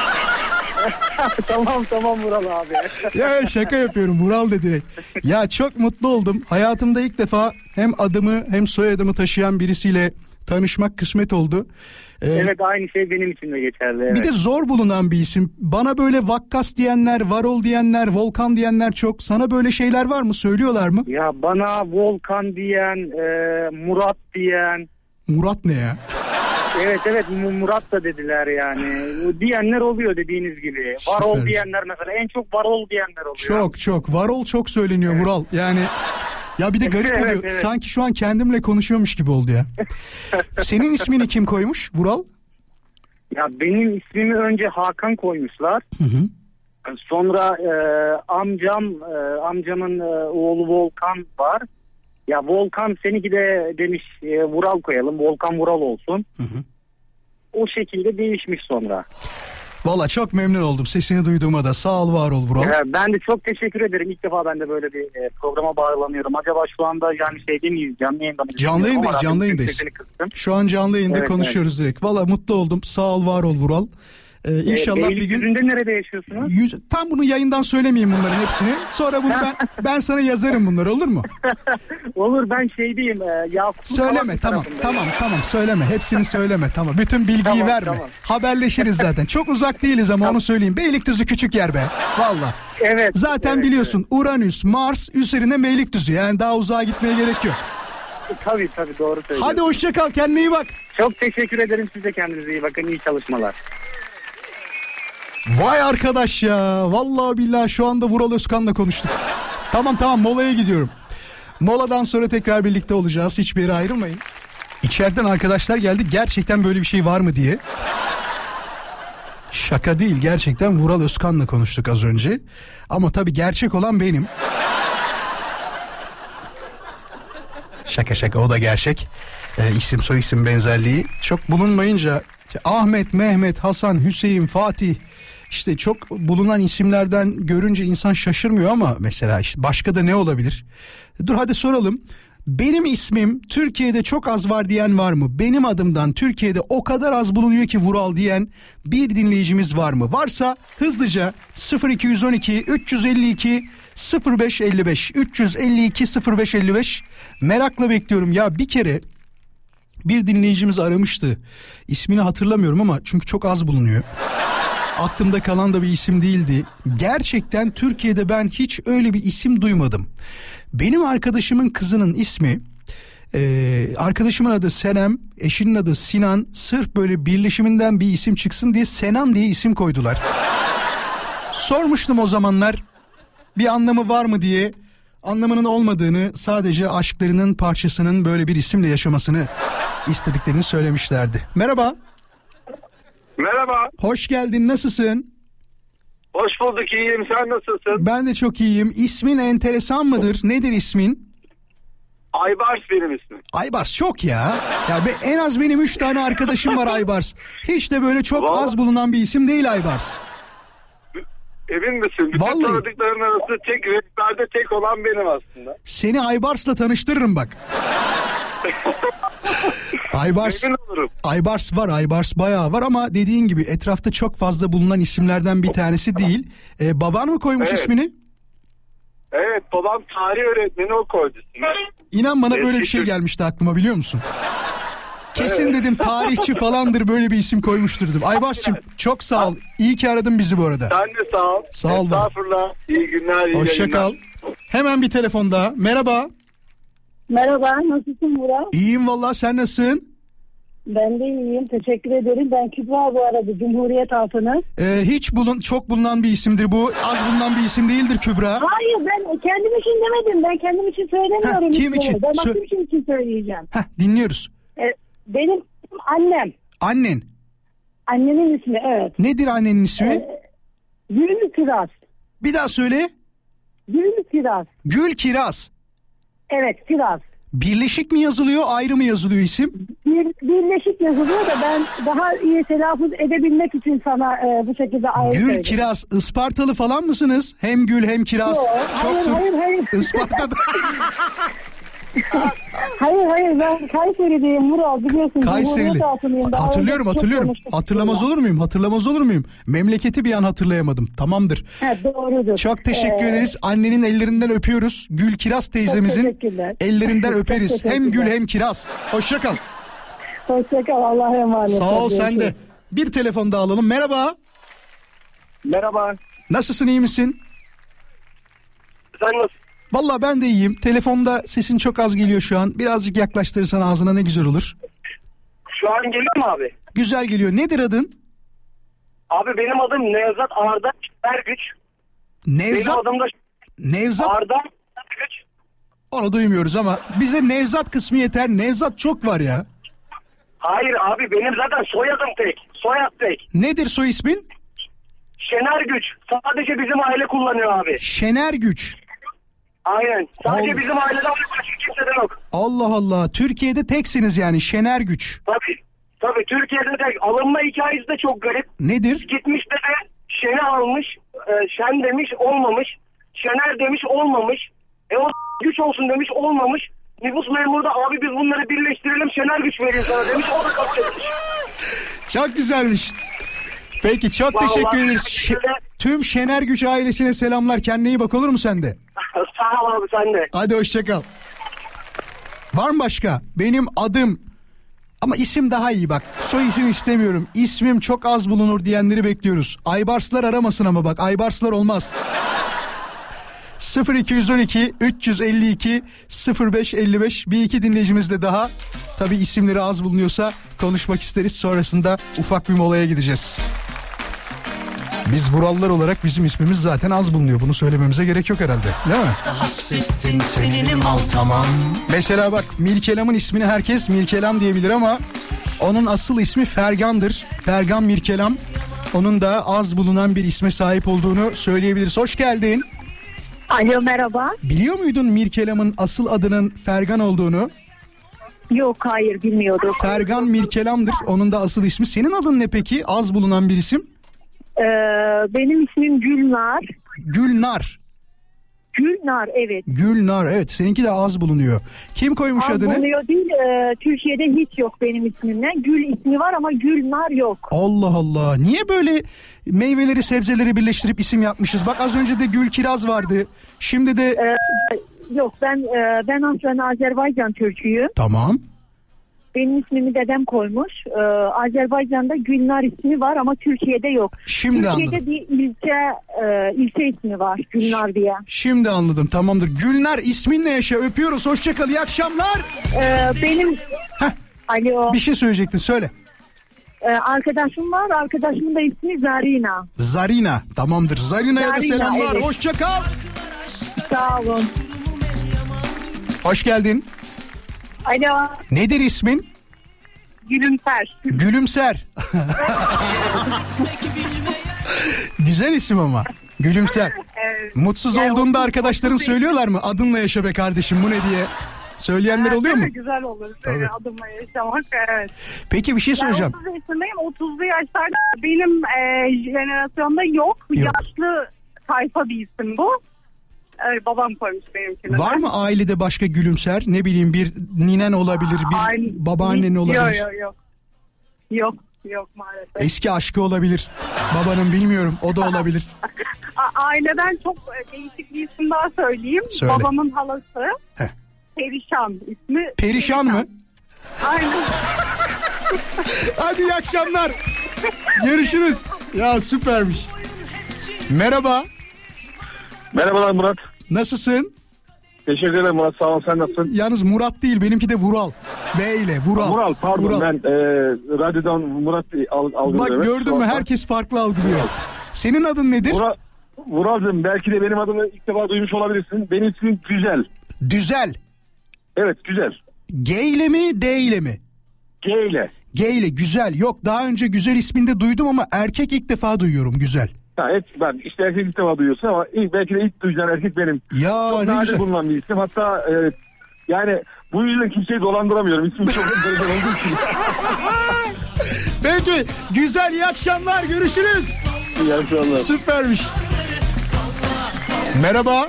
[SPEAKER 8] Tamam tamam Vural abi.
[SPEAKER 5] Ya şaka yapıyorum, Vural de direkt. Ya çok mutlu oldum. Hayatımda ilk defa hem adımı hem soyadımı taşıyan birisiyle tanışmak kısmet oldu.
[SPEAKER 8] Ee, evet aynı şey benim için de geçerli. Evet.
[SPEAKER 5] Bir de zor bulunan bir isim. Bana böyle Vakkas diyenler, Varol diyenler, Volkan diyenler çok. Sana böyle şeyler var mı? Söylüyorlar mı?
[SPEAKER 8] Ya bana Volkan diyen, e, Murat diyen.
[SPEAKER 5] Murat ne ya?
[SPEAKER 8] Evet evet Murat da dediler yani. Diyenler oluyor dediğiniz gibi. Süper. Varol diyenler mesela, en çok Varol diyenler oluyor.
[SPEAKER 5] Çok çok. Varol çok söyleniyor, evet. Vural. Yani ya bir de garip evet, oluyor. Evet. Sanki şu an kendimle konuşuyormuş gibi oldu ya. Senin ismini kim koymuş Vural?
[SPEAKER 8] Ya benim ismimi önce Hakan koymuşlar. Hı hı. Sonra e, amcam e, amcamın e, oğlu Volkan var. Ya Volkan seninki de demiş e, Vural koyalım. Volkan Vural olsun. Hı hı. O şekilde değişmiş sonra.
[SPEAKER 5] Valla çok memnun oldum sesini duyduğuma da. Sağ ol, var ol Vural.
[SPEAKER 12] Ee, ben de çok teşekkür ederim. İlk defa ben de böyle bir e, programa bağlanıyorum. Acaba şu anda yani şeyde miyiz? Canlı yayında mıyız?
[SPEAKER 5] Canlı yayındayız, canlı yayındayız. Şu an canlı yayında
[SPEAKER 12] evet,
[SPEAKER 5] konuşuyoruz evet. direkt. Valla mutlu oldum. Sağ ol, var ol Vural. Ee, inşallah
[SPEAKER 12] ee,
[SPEAKER 5] bir gün...
[SPEAKER 12] Beylikdüzü'nde nerede yaşıyorsunuz?
[SPEAKER 5] Yüz... Tam bunu yayından söylemeyeyim bunların hepsini. Sonra bunu ben ben sana yazarım bunları, olur mu?
[SPEAKER 12] Olur, ben şey diyeyim. E, Yakuplu
[SPEAKER 5] söyleme tamam tamam tamam söyleme. Hepsini söyleme tamam. Bütün bilgiyi
[SPEAKER 12] tamam,
[SPEAKER 5] verme.
[SPEAKER 12] Tamam.
[SPEAKER 5] Haberleşiriz zaten. Çok uzak değiliz ama tamam. Onu söyleyeyim. Beylikdüzü küçük yer be. Valla.
[SPEAKER 12] Evet.
[SPEAKER 5] Zaten
[SPEAKER 12] evet,
[SPEAKER 5] biliyorsun
[SPEAKER 12] evet.
[SPEAKER 5] Uranüs, Mars üzerine Beylikdüzü. Yani daha uzağa gitmeye gerek yok.
[SPEAKER 12] Tabii tabii doğru söylüyorsun.
[SPEAKER 5] Hadi hoşça kal, kendine iyi bak.
[SPEAKER 12] Çok teşekkür ederim, siz de kendinize iyi bakın, iyi çalışmalar.
[SPEAKER 5] Vay arkadaş ya. Vallahi billahi şu anda Vural Özkan'la konuştuk. Tamam tamam molaya gidiyorum. Moladan sonra tekrar birlikte olacağız. Hiçbir yere ayrılmayın. İçeriden arkadaşlar geldi. Gerçekten böyle bir şey var mı diye. Şaka değil, gerçekten Vural Özkan'la konuştuk az önce. Ama tabii gerçek olan benim. Şaka şaka, o da gerçek. Ee, isim soy isim benzerliği çok bulunmayınca Ahmet, Mehmet, Hasan, Hüseyin, Fatih, işte çok bulunan isimlerden görünce insan şaşırmıyor ama mesela işte başka da ne olabilir? Dur hadi soralım. Benim ismim Türkiye'de çok az var diyen var mı? Benim adımdan Türkiye'de o kadar az bulunuyor ki Vural diyen bir dinleyicimiz var mı? Varsa hızlıca sıfır iki on iki üç yüz elli iki sıfır beş elli beş üç yüz elli iki sıfır beş elli beş merakla bekliyorum. Ya bir kere bir dinleyicimiz aramıştı. İsmini hatırlamıyorum ama çünkü çok az bulunuyor. Aklımda kalan da bir isim değildi. Gerçekten Türkiye'de ben hiç öyle bir isim duymadım. Benim arkadaşımın kızının ismi, e, arkadaşımın adı Senem, eşinin adı Sinan. Sırf böyle birleşiminden bir isim çıksın diye Senem diye isim koydular. Sormuştum o zamanlar bir anlamı var mı diye. Anlamının olmadığını, sadece aşklarının parçasının böyle bir isimle yaşamasını istediklerini söylemişlerdi. Merhaba.
[SPEAKER 13] Merhaba.
[SPEAKER 5] Hoş geldin, nasılsın?
[SPEAKER 13] Hoş bulduk, iyiyim, sen nasılsın?
[SPEAKER 5] Ben de çok iyiyim. İsmin enteresan mıdır? Nedir ismin?
[SPEAKER 13] Aybars benim ismim.
[SPEAKER 5] Aybars çok ya. Ya be, en az benim üç tane arkadaşım var Aybars. Hiç de böyle çok Vallahi... az bulunan bir isim değil Aybars.
[SPEAKER 13] Emin misin? Bütün
[SPEAKER 5] Vallahi.
[SPEAKER 13] tanıdıkların arasında tek rehberde tek olan benim aslında.
[SPEAKER 5] Seni Aybars'la tanıştırırım bak. Aybars, Aybars var, Aybars bayağı var ama dediğin gibi etrafta çok fazla bulunan isimlerden bir tanesi değil. Ee, baban mı koymuş
[SPEAKER 13] evet.
[SPEAKER 5] ismini?
[SPEAKER 13] Evet, babam tarih öğretmeni, o koydu ismini.
[SPEAKER 5] İnan bana böyle bir şey gelmişti aklıma, biliyor musun? Kesin evet. Dedim tarihçi falandır, böyle bir isim koymuştur dedim. Aybars'cığım çok sağ ol. İyi ki aradın bizi bu arada.
[SPEAKER 13] Sen de sağ ol.
[SPEAKER 5] Sağ ol.
[SPEAKER 13] Estağfurullah. İyi günler. İyi
[SPEAKER 5] hoşça kal. Hemen bir telefon daha. Merhaba.
[SPEAKER 14] Merhaba, nasılsın Vural?
[SPEAKER 5] İyiyim vallahi, sen nasılsın?
[SPEAKER 14] Ben de iyiyim, teşekkür ederim. Ben Kübra bu arada, Cumhuriyet Altını.
[SPEAKER 5] Ee, hiç bulun, çok bulunan bir isimdir bu. Az bulunan bir isim değildir Kübra.
[SPEAKER 14] Hayır, ben kendim için demedim. Ben kendim için söylemiyorum.
[SPEAKER 5] Heh, kim için?
[SPEAKER 14] Ben
[SPEAKER 5] Sö-
[SPEAKER 14] başka bir şey için söyleyeceğim.
[SPEAKER 5] Heh, dinliyoruz.
[SPEAKER 14] Ee, benim annem.
[SPEAKER 5] Annen?
[SPEAKER 14] Annemin ismi, evet.
[SPEAKER 5] Nedir annenin ismi?
[SPEAKER 14] Ee, Gül Kiraz.
[SPEAKER 5] Bir daha söyle.
[SPEAKER 14] Gül Kiraz.
[SPEAKER 5] Gül Kiraz.
[SPEAKER 14] Evet, Kiraz.
[SPEAKER 5] Birleşik mi yazılıyor, ayrı mı yazılıyor isim?
[SPEAKER 14] Bir, birleşik yazılıyor da ben daha iyi telaffuz edebilmek için sana e, bu şekilde ayrı
[SPEAKER 5] Gül
[SPEAKER 14] söyledim.
[SPEAKER 5] Kiraz, Ispartalı falan mısınız? Hem Gül hem Kiraz.
[SPEAKER 14] Yok,
[SPEAKER 5] çoktur.
[SPEAKER 14] Hayır, hayır, hayır.
[SPEAKER 5] Isparta'da.
[SPEAKER 14] hayır, hayır, ben Kayseri'deyim Mural, biliyorsun.
[SPEAKER 5] Kayseri'li. Hatırlıyorum, hatırlıyorum. Hatırlamaz olur muyum? Hatırlamaz olur muyum? Memleketi bir an hatırlayamadım. Tamamdır.
[SPEAKER 14] Evet, doğrudur.
[SPEAKER 5] Çok teşekkür ee, ederiz. Annenin ellerinden öpüyoruz. Gül Kiraz teyzemizin ellerinden öperiz. Hem Gül hem Kiraz. Hoşça kal.
[SPEAKER 14] Hoşça kal, Allah'a emanet.
[SPEAKER 5] Sağ ol, sen de. Bir telefon daha alalım. Merhaba.
[SPEAKER 13] Merhaba.
[SPEAKER 5] Nasılsın, iyi misin?
[SPEAKER 13] Sen nasılsın?
[SPEAKER 5] Vallahi ben de iyiyim. Telefonda sesin çok az geliyor şu an. Birazcık yaklaştırırsan ağzına ne güzel olur.
[SPEAKER 13] Şu an geliyor mu abi?
[SPEAKER 5] Güzel geliyor. Nedir adın?
[SPEAKER 13] Abi benim adım Nevzat Arda Ergüç.
[SPEAKER 5] Nevzat?
[SPEAKER 13] Benim adım da
[SPEAKER 5] Nevzat
[SPEAKER 13] Arda Ergüç.
[SPEAKER 5] Onu duymuyoruz ama bize Nevzat kısmı yeter. Nevzat çok var ya.
[SPEAKER 13] Hayır abi, benim zaten soyadım tek. Soyad tek.
[SPEAKER 5] Nedir soy ismin?
[SPEAKER 13] Şener Güç. Sadece bizim aile kullanıyor abi.
[SPEAKER 5] Şener Güç.
[SPEAKER 13] Aynen. Sadece
[SPEAKER 5] Allah.
[SPEAKER 13] Bizim aileden başka kimseden yok.
[SPEAKER 5] Allah Allah. Türkiye'de teksiniz yani, Şener Güç.
[SPEAKER 13] Tabii. Tabii Türkiye'de de alınma hikayesi de çok garip.
[SPEAKER 5] Nedir?
[SPEAKER 13] Gitmiş de Şen'i almış. E, Şen demiş olmamış. Şener demiş olmamış. E o güç olsun demiş olmamış. Nüfus memuru da abi biz bunları birleştirelim Şener güç vereyim sana demiş. O da kabul etmiş.
[SPEAKER 5] Çok güzelmiş. Peki çok vallahi teşekkür ederiz. Ş- tüm Şener Güç ailesine selamlar. Kendine iyi bak, olur mu sende?
[SPEAKER 13] Sağ ol abi, sen de.
[SPEAKER 5] Hadi hoşçakal. Var mı başka? Benim adım ama isim daha iyi bak. Soy isim istemiyorum. İsmim çok az bulunur diyenleri bekliyoruz. Aybarslar aramasın ama bak. Aybarslar olmaz. sıfır iki on iki üç yüz elli iki sıfır beş elli beş bir iki dinleyicimiz de daha. Tabii isimleri az bulunuyorsa konuşmak isteriz. Sonrasında ufak bir molaya gideceğiz. Biz Vurallar olarak bizim ismimiz zaten az bulunuyor. Bunu söylememize gerek yok herhalde. Değil mi?
[SPEAKER 1] Hapsettin seninim al tamam.
[SPEAKER 5] Mesela bak Mirkelam'ın ismini herkes Mirkelam diyebilir ama onun asıl ismi Fergan'dır. Fergan Mirkelam. Onun da az bulunan bir isme sahip olduğunu söyleyebiliriz. Hoş geldin.
[SPEAKER 14] Alo, merhaba.
[SPEAKER 5] Biliyor muydun Mirkelam'ın asıl adının Fergan olduğunu?
[SPEAKER 14] Yok, hayır bilmiyordum.
[SPEAKER 5] Fergan Mirkelam'dır. Onun da asıl ismi. Senin adın ne peki? Az bulunan bir isim.
[SPEAKER 14] Ee, benim ismim Gülnar.
[SPEAKER 5] Gülnar.
[SPEAKER 14] Gülnar, evet.
[SPEAKER 5] Gülnar, evet. Seninki de az bulunuyor. Kim koymuş
[SPEAKER 14] az
[SPEAKER 5] adını? Az
[SPEAKER 14] bulunuyor değil. E, Türkiye'de hiç yok benim ismimle. Gül ismi var ama Gülnar yok.
[SPEAKER 5] Allah Allah. Niye böyle meyveleri sebzeleri birleştirip isim yapmışız? Bak az önce de Gül Kiraz vardı. Şimdi de...
[SPEAKER 14] Ee, yok ben e, ben aslında Azerbaycan Türküyüm.
[SPEAKER 5] Tamam.
[SPEAKER 14] Benim ismimi dedem koymuş. Ee, Azerbaycan'da Gülnar ismi var ama Türkiye'de yok.
[SPEAKER 5] Şimdi
[SPEAKER 14] Türkiye'de
[SPEAKER 5] anladım.
[SPEAKER 14] bir ilçe e, ilçe ismi var Gülnar diye.
[SPEAKER 5] Şimdi anladım, tamamdır. Gülnar isminle yaşa, öpüyoruz. Hoşçakal, iyi akşamlar.
[SPEAKER 14] Ee, benim...
[SPEAKER 5] Heh.
[SPEAKER 14] Alo.
[SPEAKER 5] Bir şey söyleyecektin, söyle.
[SPEAKER 14] Ee, arkadaşım var, arkadaşımın da ismi Zarina.
[SPEAKER 5] Zarina, tamamdır. Zarina'ya da selamlar, evet. Hoşçakal.
[SPEAKER 14] Sağ olun.
[SPEAKER 5] Hoş geldin.
[SPEAKER 14] Alo.
[SPEAKER 5] Nedir ismin?
[SPEAKER 14] Gülümser.
[SPEAKER 5] Gülümser. Güzel isim ama. Gülümser.
[SPEAKER 14] Evet.
[SPEAKER 5] Mutsuz
[SPEAKER 14] yani
[SPEAKER 5] olduğunda
[SPEAKER 14] o,
[SPEAKER 5] arkadaşların söylüyorlar mı? Adınla yaşa be kardeşim, bu ne diye. Söyleyenler oluyor mu?
[SPEAKER 15] Güzel olur. Tabii. Adımla yaşamak, evet. Peki
[SPEAKER 5] bir şey söyleyeceğim.
[SPEAKER 15] Ben otuz yaşındayım. otuzlu yaşlarda benim e, jenerasyonda yok. yok. Yaşlı tayfa bir isim bu. Evet, babam koymuş benimkine.
[SPEAKER 5] Var mı ailede başka Gülümser? Ne bileyim, bir ninen olabilir, bir Aile, babaannen olabilir.
[SPEAKER 15] Yok yok yok. Yok yok maalesef.
[SPEAKER 5] Eski aşkı olabilir. Babanın, bilmiyorum, o da olabilir.
[SPEAKER 15] Aileden çok değişik bir isim daha söyleyeyim.
[SPEAKER 5] Söyle.
[SPEAKER 15] Babamın halası.
[SPEAKER 5] Heh.
[SPEAKER 15] Perişan ismi.
[SPEAKER 5] Perişan, Perişan mı?
[SPEAKER 15] Aynen.
[SPEAKER 5] Hadi iyi akşamlar. Görüşürüz. Ya süpermiş. Merhaba.
[SPEAKER 16] Merhabalar Murat.
[SPEAKER 5] Nasılsın?
[SPEAKER 16] Teşekkür ederim Murat, sağ ol, sen nasılsın?
[SPEAKER 5] Yalnız Murat değil, benimki de Vural. V ile Vural.
[SPEAKER 16] Vural pardon Vural. Ben e, radyodan Murat algılıyorum.
[SPEAKER 5] Bak gördün mü, herkes farklı algılıyor. Vural. Senin adın nedir?
[SPEAKER 16] Vural, Vural'cığım belki de benim adımı ilk defa duymuş olabilirsin. Benim ismim Güzel.
[SPEAKER 5] Düzel.
[SPEAKER 16] Evet, Güzel.
[SPEAKER 5] G ile mi D ile mi?
[SPEAKER 16] G ile.
[SPEAKER 5] G ile, Güzel. Yok, daha önce Güzel isminde duydum ama erkek ilk defa duyuyorum, Güzel.
[SPEAKER 16] Ha, evet, ben işte erkek ilk defa duyuyorsun ama ilk, belki de ilk duyacağın erkek benim.
[SPEAKER 5] Ya
[SPEAKER 16] çok
[SPEAKER 5] ne
[SPEAKER 16] nadir
[SPEAKER 5] güzel.
[SPEAKER 16] bulunan bir isim. Hatta e, yani bu yüzden kimseyi dolandıramıyorum. İsmim çok enteresan olduğu için.
[SPEAKER 5] Peki Güzel, iyi akşamlar, görüşürüz.
[SPEAKER 16] İyi akşamlar.
[SPEAKER 5] Süpermiş. Merhaba.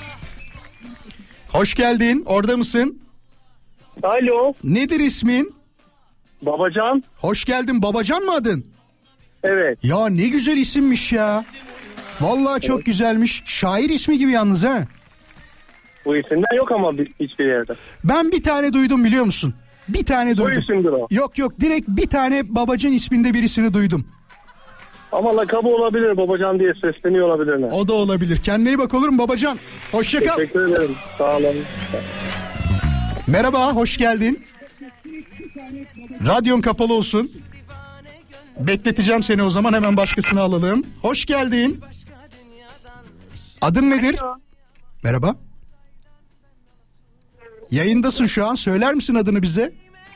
[SPEAKER 5] Hoş geldin. Orada mısın?
[SPEAKER 17] Alo.
[SPEAKER 5] Nedir ismin?
[SPEAKER 17] Babacan.
[SPEAKER 5] Hoş geldin. Babacan mı adın?
[SPEAKER 17] Evet.
[SPEAKER 5] Ya ne güzel isimmiş ya. Vallahi çok evet. güzelmiş. Şair ismi gibi yalnız ha.
[SPEAKER 17] Bu isimden yok ama hiçbir yerde.
[SPEAKER 5] Ben bir tane duydum, biliyor musun? Bir tane duydum.
[SPEAKER 17] Bu isimdir o.
[SPEAKER 5] Yok yok, direkt bir tane Babacan isminde birisini duydum.
[SPEAKER 17] Ama lakabı olabilir, Babacan diye sesleniyor olabilir.
[SPEAKER 5] O da olabilir. Kendine iyi bak, olur mu Babacan? Hoşçakal.
[SPEAKER 17] Teşekkür ederim. Sağ olun.
[SPEAKER 5] Merhaba, hoş geldin. Radyon kapalı olsun. Bekleteceğim seni o zaman, hemen başkasını alalım. Hoş geldin. Adın nedir?
[SPEAKER 15] Alo.
[SPEAKER 5] Merhaba. Yayındasın şu an. Söyler misin adını bize?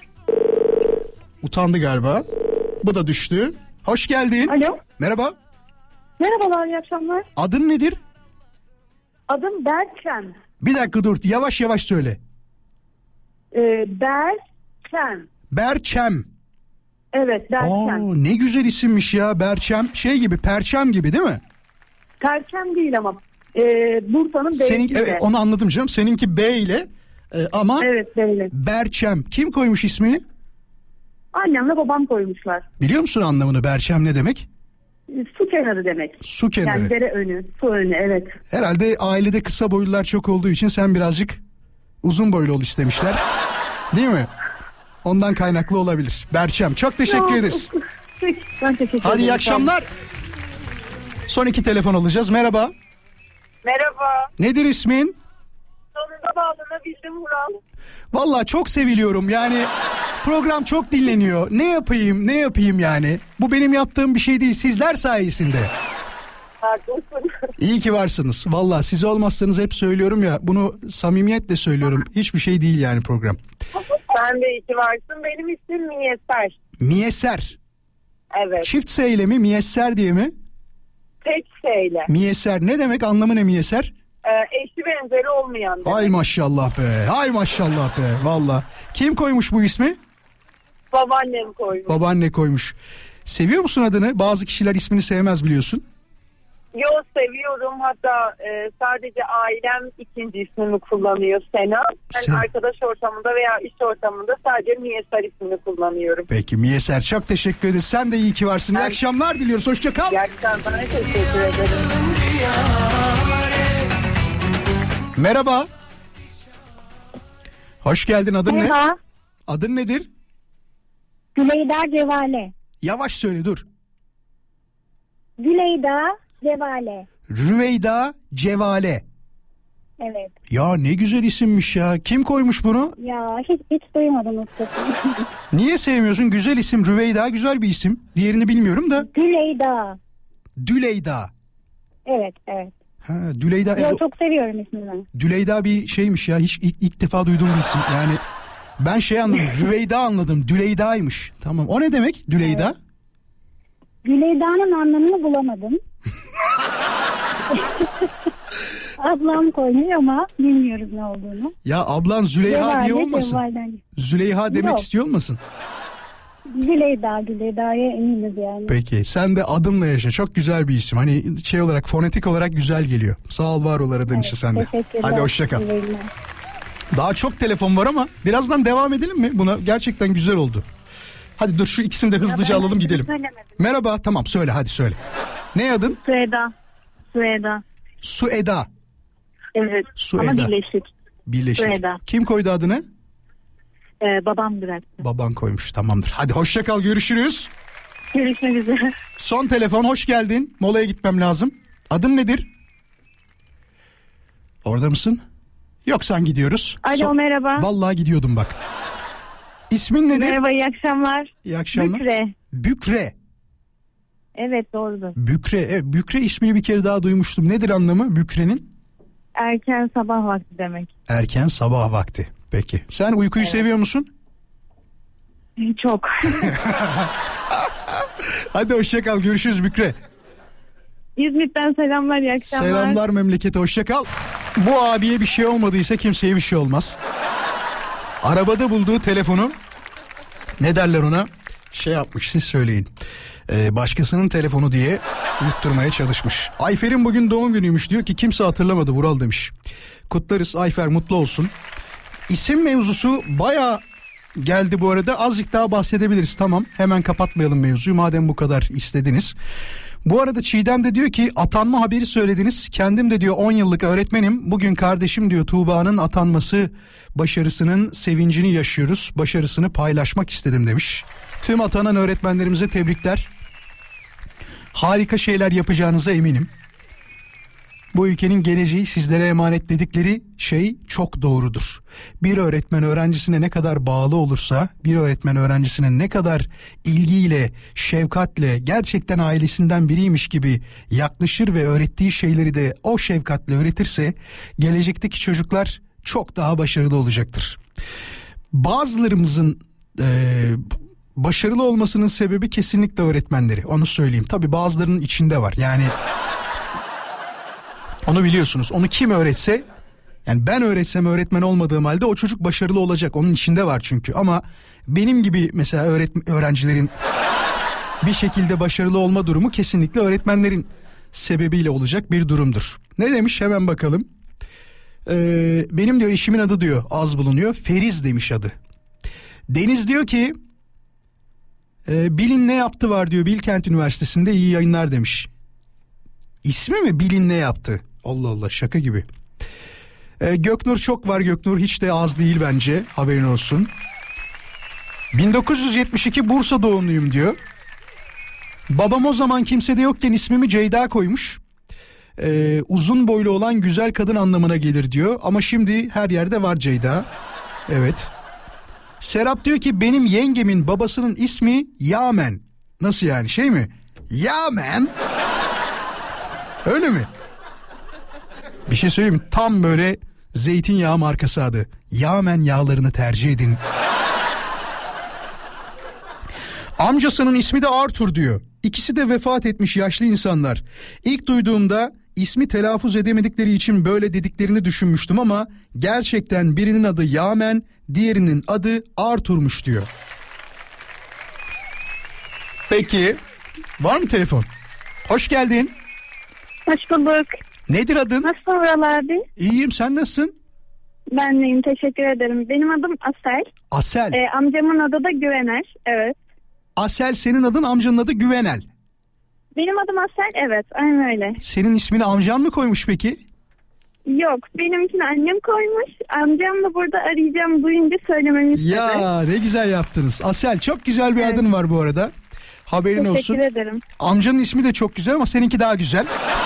[SPEAKER 5] Utandı galiba. Bu da düştü. Hoş geldin.
[SPEAKER 14] Alo.
[SPEAKER 5] Merhaba.
[SPEAKER 14] Merhabalar, iyi akşamlar.
[SPEAKER 5] Adın nedir?
[SPEAKER 14] Adım Berçem.
[SPEAKER 5] Bir dakika dur. Yavaş yavaş söyle.
[SPEAKER 14] Ee, Berçem.
[SPEAKER 5] Berçem.
[SPEAKER 6] Evet, Berçem.
[SPEAKER 5] Oo, ne güzel isimmiş ya, Berçem. Şey gibi, perçem gibi değil mi?
[SPEAKER 6] Perçem değil ama e, Bursa'nın B'si.
[SPEAKER 5] Senin, evet, onu anladım canım. Seninki B ile e, ama
[SPEAKER 6] evet, B ile.
[SPEAKER 5] Berçem. Kim koymuş ismini?
[SPEAKER 6] Annemle babam koymuşlar.
[SPEAKER 5] Biliyor musun anlamını? Berçem ne demek?
[SPEAKER 6] Su kenarı demek.
[SPEAKER 5] Su kenarı.
[SPEAKER 6] Yani dere önü, su önü, evet.
[SPEAKER 5] Herhalde ailede kısa boylular çok olduğu için sen birazcık uzun boylu ol istemişler. Değil mi? Ondan kaynaklı olabilir. Berçem, çok teşekkür
[SPEAKER 6] Ya,
[SPEAKER 5] ederiz.
[SPEAKER 6] Peki, ben teşekkür ederim.
[SPEAKER 5] Hadi iyi akşamlar. Son iki telefon alacağız. Merhaba.
[SPEAKER 18] Merhaba.
[SPEAKER 5] Nedir ismin?
[SPEAKER 18] Sonunda bağlanabildim Vural.
[SPEAKER 5] Vallahi çok seviliyorum. Yani program çok dinleniyor. Ne yapayım, ne yapayım yani? Bu benim yaptığım bir şey değil. Sizler sayesinde.
[SPEAKER 18] Haklısın.
[SPEAKER 5] İyi ki varsınız. Vallahi siz olmazsanız hep söylüyorum ya. Bunu samimiyetle söylüyorum. Hiçbir şey değil yani program.
[SPEAKER 18] Sen de iyi ki varsın. Benim ismim Miyeser.
[SPEAKER 5] Miyeser.
[SPEAKER 18] Evet.
[SPEAKER 5] Çift S ile mi, Miyeser diye mi?
[SPEAKER 18] Tek şeyle.
[SPEAKER 5] Miyeser ne demek? Anlamı ne Miyeser?
[SPEAKER 18] Ee, eşi benzeri olmayan demek.
[SPEAKER 5] Ay maşallah be. Ay maşallah be. Valla. Kim koymuş bu ismi?
[SPEAKER 18] Babaannem koymuş.
[SPEAKER 5] Babaanne koymuş. Seviyor musun adını? Bazı kişiler ismini sevmez biliyorsun.
[SPEAKER 18] Yo, seviyorum. Hatta e, sadece ailem ikinci ismimi kullanıyor, Sena. Ben
[SPEAKER 5] Sen...
[SPEAKER 18] arkadaş ortamında veya iş ortamında sadece Miyeser ismini kullanıyorum.
[SPEAKER 5] Peki Miyeser, çok teşekkür ederiz. Sen de iyi ki varsın. Ben... İyi akşamlar diliyoruz. Hoşça kal.
[SPEAKER 18] İyi akşamlar. Teşekkür ederim.
[SPEAKER 5] Merhaba. Hoş geldin. Adın
[SPEAKER 19] Merhaba.
[SPEAKER 5] ne? Adın nedir?
[SPEAKER 19] Güleyda Cevale.
[SPEAKER 5] Yavaş söyle, dur.
[SPEAKER 19] Güleyda Cevale.
[SPEAKER 5] Rüveyda Cevale.
[SPEAKER 19] Evet.
[SPEAKER 5] Ya ne güzel isimmiş ya. Kim koymuş bunu?
[SPEAKER 19] Ya hiç hiç duymadım Mustafa.
[SPEAKER 5] Niye sevmiyorsun? Güzel isim. Rüveyda güzel bir isim. Diğerini bilmiyorum da.
[SPEAKER 19] Güleyda.
[SPEAKER 5] Düleyda.
[SPEAKER 19] Evet, evet.
[SPEAKER 5] Ha, Düleyda.
[SPEAKER 19] Ya
[SPEAKER 5] e,
[SPEAKER 19] çok seviyorum ismini.
[SPEAKER 5] Düleyda bir şeymiş ya. Hiç ilk, ilk defa duyduğum bir isim. Yani ben şey anladım. Rüveyda anladım. Düleyda'ymış. Tamam. O ne demek? Düleyda.
[SPEAKER 19] Evet. Güleyda'nın anlamını bulamadım. Ablam koymuş ama bilmiyoruz ne olduğunu.
[SPEAKER 5] Ya ablan Züleyha
[SPEAKER 19] Cevale,
[SPEAKER 5] diye olmasın?
[SPEAKER 19] Ceval'den.
[SPEAKER 5] Züleyha demek
[SPEAKER 19] Yok.
[SPEAKER 5] istiyor olmasın?
[SPEAKER 19] Güleyda, Güleyda'ya eminiz yani.
[SPEAKER 5] Peki sen de adınla yaşa. Çok güzel bir isim. Hani şey olarak, fonetik olarak güzel geliyor. Sağ ol, var ol aradığın
[SPEAKER 19] Evet,
[SPEAKER 5] için sen de.
[SPEAKER 19] teşekkürler.
[SPEAKER 5] Hadi hoşça kal.
[SPEAKER 19] İyi günler.
[SPEAKER 5] Daha çok telefon var ama birazdan devam edelim mi? Buna gerçekten güzel oldu. Hadi dur şu ikisini de hızlıca
[SPEAKER 19] Ya ben
[SPEAKER 5] alalım gidelim.
[SPEAKER 19] söylemedim.
[SPEAKER 5] Merhaba, tamam söyle, hadi söyle. Ne adın?
[SPEAKER 6] Sueda. Sueda.
[SPEAKER 5] Sueda.
[SPEAKER 6] Evet.
[SPEAKER 5] Sueda.
[SPEAKER 6] Ama birleşik.
[SPEAKER 5] Birleşik.
[SPEAKER 6] Sueda.
[SPEAKER 5] Kim koydu adını?
[SPEAKER 6] Ee, babam bıraktı.
[SPEAKER 5] Baban koymuş, tamamdır. Hadi hoşça kal, görüşürüz.
[SPEAKER 6] Görüşmek üzere.
[SPEAKER 5] Son telefon, hoş geldin. Molaya gitmem lazım. Adın nedir? Orada mısın? Yoksan gidiyoruz.
[SPEAKER 6] Alo,
[SPEAKER 5] Son...
[SPEAKER 6] merhaba.
[SPEAKER 5] Vallahi gidiyordum bak. İsmin nedir?
[SPEAKER 6] Merhaba, iyi akşamlar.
[SPEAKER 5] İyi akşamlar.
[SPEAKER 6] Bükre.
[SPEAKER 5] Bükre.
[SPEAKER 6] Evet, doğrudur.
[SPEAKER 5] Bükre. Evet, Bükre ismini bir kere daha duymuştum. Nedir anlamı Bükre'nin?
[SPEAKER 6] Erken sabah vakti demek.
[SPEAKER 5] Erken sabah vakti. Peki. Sen uykuyu evet. seviyor musun?
[SPEAKER 6] Çok.
[SPEAKER 5] Hadi hoşça kal, görüşürüz Bükre.
[SPEAKER 6] İzmit'ten selamlar, iyi akşamlar.
[SPEAKER 5] Selamlar memlekete, hoşça kal. Bu abiye bir şey olmadıysa kimseye bir şey olmaz. Arabada bulduğu telefonu, ne derler ona, şey yapmış, siz söyleyin. Ee, başkasının telefonu diye yutturmaya çalışmış. Ayfer'in bugün doğum günüymüş, diyor ki kimse hatırlamadı Vural demiş. Kutlarız, Ayfer mutlu olsun. İsim mevzusu bayağı geldi bu arada, azıcık daha bahsedebiliriz, tamam, hemen kapatmayalım mevzuyu madem bu kadar istediniz. Bu arada Çiğdem de diyor ki atanma haberi söylediniz. Kendim de diyor on yıllık öğretmenim. Bugün kardeşim diyor Tuğba'nın atanması başarısının sevincini yaşıyoruz. Başarısını paylaşmak istedim demiş. Tüm atanan öğretmenlerimize tebrikler. Harika şeyler yapacağınıza eminim. Bu ülkenin geleceği sizlere emanet dedikleri şey çok doğrudur. Bir öğretmen öğrencisine ne kadar bağlı olursa, bir öğretmen öğrencisine ne kadar ilgiyle, şefkatle, gerçekten ailesinden biriymiş gibi yaklaşır ve öğrettiği şeyleri de o şefkatle öğretirse, gelecekteki çocuklar çok daha başarılı olacaktır. Bazılarımızın e, başarılı olmasının sebebi kesinlikle öğretmenleri, onu söyleyeyim. Tabii bazılarının içinde var yani... Onu biliyorsunuz. Onu kim öğretse Yani ben öğretsem öğretmen olmadığım halde o çocuk başarılı olacak. Onun içinde var çünkü. Ama benim gibi mesela öğret- öğrencilerin bir şekilde başarılı olma durumu kesinlikle öğretmenlerin sebebiyle olacak bir durumdur. Ne demiş hemen bakalım. Ee, benim diyor eşimin adı diyor az bulunuyor. Feriz demiş adı. Deniz diyor ki e, Bilin ne yaptı var diyor Bilkent Üniversitesi'nde, iyi yayınlar demiş. İsmi mi Bilin ne yaptı? Allah Allah, şaka gibi. Ee, Göknur çok var Göknur, hiç de az değil bence, haberin olsun. bin dokuz yüz yetmiş iki Bursa doğumluyum diyor. Babam o zaman kimsede yokken ismimi Ceyda koymuş. Ee, uzun boylu olan güzel kadın anlamına gelir diyor. Ama şimdi her yerde var Ceyda. Evet. Serap diyor ki benim yengemin babasının ismi Yamen. Nasıl yani, şey mi? Yamen. Öyle mi? Bir şey söyleyeyim mi? Tam böyle zeytinyağı markası adı. Yamen yağlarını tercih edin. Amcasının ismi de Arthur diyor. İkisi de vefat etmiş yaşlı insanlar. İlk duyduğumda ismi telaffuz edemedikleri için böyle dediklerini düşünmüştüm ama gerçekten birinin adı Yamen, diğerinin adı Arthur'muş diyor. Peki, var mı telefon? Hoş geldin.
[SPEAKER 19] Hoş bulduk.
[SPEAKER 5] Nedir adın?
[SPEAKER 19] Nasılsın Vural abi?
[SPEAKER 5] İyiyim, sen nasılsın?
[SPEAKER 19] Ben deyim, teşekkür ederim. Benim adım Asel.
[SPEAKER 5] Asel.
[SPEAKER 19] Ee, amcamın adı da Güvener, evet.
[SPEAKER 5] Asel senin adın, amcanın adı Güvenel.
[SPEAKER 19] Benim adım Asel, evet, aynen öyle.
[SPEAKER 5] Senin ismini amcan mı koymuş peki?
[SPEAKER 19] Yok, benimkini annem koymuş. Amcam da burada arayacağım duyunca söylememi istedi.
[SPEAKER 5] Ya ne güzel yaptınız. Asel, çok güzel bir evet. adın var bu arada. Haberin
[SPEAKER 19] teşekkür
[SPEAKER 5] olsun.
[SPEAKER 19] Teşekkür ederim.
[SPEAKER 5] Amcanın ismi de çok güzel ama seninki daha güzel.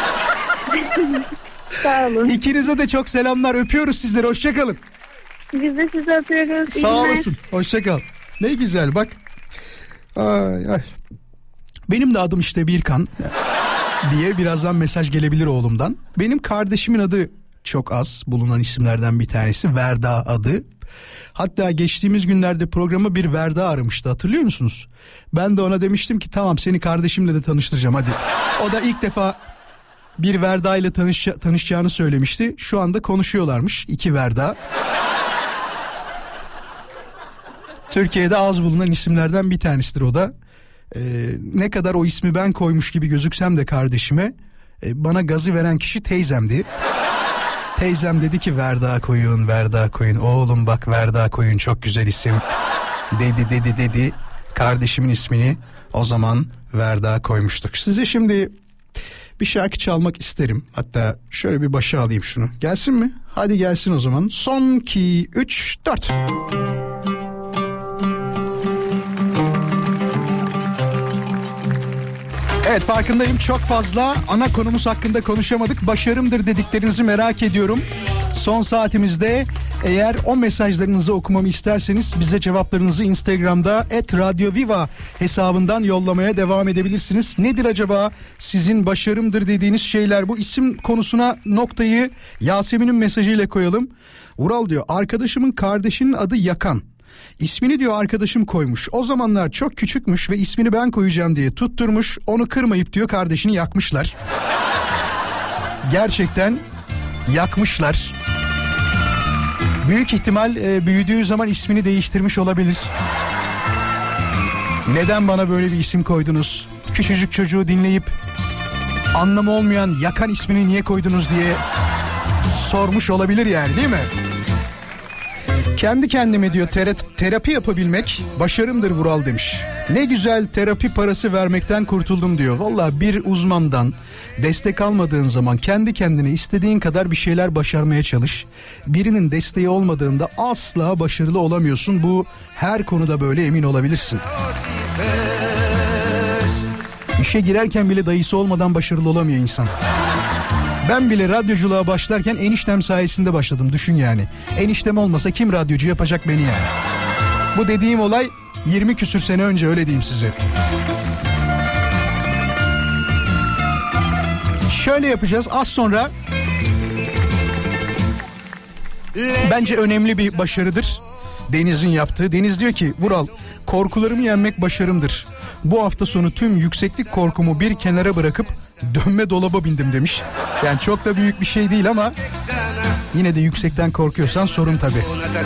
[SPEAKER 19] Sağ olun.
[SPEAKER 5] İkinize de çok selamlar, öpüyoruz sizleri, hoşçakalın.
[SPEAKER 19] Biz de sizi öpüyoruz.
[SPEAKER 5] Sağ olasın, hoşçakal. Ne güzel bak. Ay, ay. Benim de adım işte Birkan diye birazdan mesaj gelebilir oğlumdan. Benim kardeşimin adı çok az bulunan isimlerden bir tanesi, Verda adı. Hatta geçtiğimiz günlerde programa bir Verda aramıştı, hatırlıyor musunuz? Ben de ona demiştim ki tamam, seni kardeşimle de tanıştıracağım hadi. O da ilk defa bir Verda ile tanış, tanışacağını söylemişti. Şu anda konuşuyorlarmış iki Verda. Türkiye'de az bulunan isimlerden bir tanesidir o da. Ee, ne kadar o ismi ben koymuş gibi gözüksem de kardeşime, e, bana gazı veren kişi teyzemdi. Teyzem dedi ki Verda koyun, Verda koyun. Oğlum bak Verda koyun çok güzel isim. Dedi dedi dedi. Kardeşimin ismini o zaman Verda koymuştuk. Size şimdi bir şarkı çalmak isterim. Hatta şöyle bir başa alayım şunu. Gelsin mi? Hadi gelsin o zaman. Son iki, üç, dört. Evet, farkındayım, çok fazla ana konumuz hakkında konuşamadık. Başarımdır dediklerinizi merak ediyorum. Son saatimizde eğer o mesajlarınızı okumamı isterseniz bize cevaplarınızı Instagram'da et radyo viva hesabından yollamaya devam edebilirsiniz. Nedir acaba sizin başarımdır dediğiniz şeyler? Bu isim konusuna noktayı Yasemin'in mesajıyla koyalım. Ural diyor, arkadaşımın kardeşinin adı Yakan. İsmini diyor arkadaşım koymuş. O zamanlar çok küçükmüş ve ismini ben koyacağım diye tutturmuş. Onu kırmayıp diyor kardeşini yakmışlar. Gerçekten yakmışlar. Büyük ihtimal e, büyüdüğü zaman ismini değiştirmiş olabilir. Neden bana böyle bir isim koydunuz? Küçücük çocuğu dinleyip anlamı olmayan Yakan ismini niye koydunuz diye sormuş olabilir yani, değil mi? Kendi kendime diyor tera- terapi yapabilmek başarımdır Vural demiş. Ne güzel, terapi parası vermekten kurtuldum diyor. Vallahi bir uzmandan destek almadığın zaman kendi kendine istediğin kadar bir şeyler başarmaya çalış. Birinin desteği olmadığında asla başarılı olamıyorsun. Bu her konuda böyle, emin olabilirsin. İşe girerken bile dayısı olmadan başarılı olamıyor insan. Ben bile radyoculuğa başlarken eniştem sayesinde başladım, düşün yani. Eniştem olmasa kim radyocu yapacak beni yani. Bu dediğim olay yirmi küsür sene önce, öyle diyeyim size. Şöyle yapacağız az sonra. Bence önemli bir başarıdır Deniz'in yaptığı. Deniz diyor ki Vural, korkularımı yenmek başarımdır. Bu hafta sonu tüm yükseklik korkumu bir kenara bırakıp Dönme dolaba bindim demiş. Yani çok da büyük bir şey değil ama yine de yüksekten korkuyorsan sorun tabii.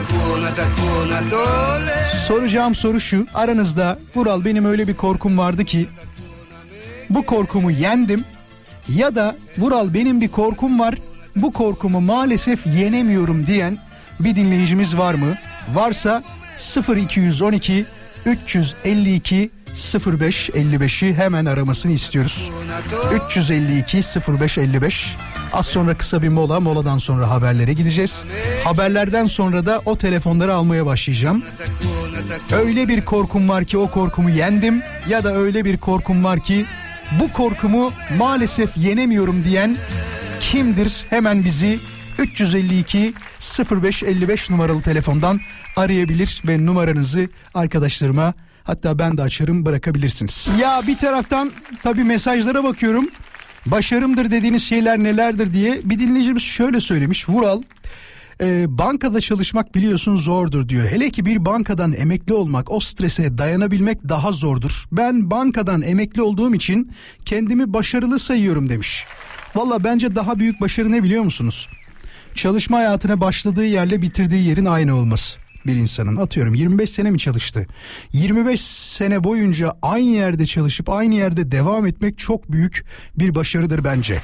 [SPEAKER 5] Soracağım soru şu. Aranızda Vural benim öyle bir korkum vardı ki bu korkumu yendim ya da Vural benim bir korkum var, bu korkumu maalesef yenemiyorum diyen bir dinleyicimiz var mı? Varsa sıfır iki yüz on iki üç yüz elli iki sıfır beş elli beşi hemen aramasını istiyoruz. üç yüz elli iki sıfır beş elli beş. Az sonra kısa bir mola, moladan sonra haberlere gideceğiz. Haberlerden sonra da o telefonları almaya başlayacağım. Öyle bir korkum var ki o korkumu yendim ya da öyle bir korkum var ki bu korkumu maalesef yenemiyorum diyen kimdir? Hemen bizi üç yüz elli iki sıfır beş elli beş numaralı telefondan arayabilir ve numaranızı arkadaşlarıma, hatta ben de açarım, bırakabilirsiniz. Ya bir taraftan tabii mesajlara bakıyorum. Başarımdır dediğiniz şeyler nelerdir diye bir dinleyicimiz şöyle söylemiş. Vural, e, bankada çalışmak biliyorsun zordur diyor. Hele ki bir bankadan emekli olmak, o strese dayanabilmek daha zordur. Ben bankadan emekli olduğum için kendimi başarılı sayıyorum demiş. Valla bence daha büyük başarı ne biliyor musunuz? Çalışma hayatına başladığı yerle bitirdiği yerin aynı olması. Bir insanın, atıyorum yirmi beş sene mi çalıştı? yirmi beş sene boyunca aynı yerde çalışıp aynı yerde devam etmek çok büyük bir başarıdır bence.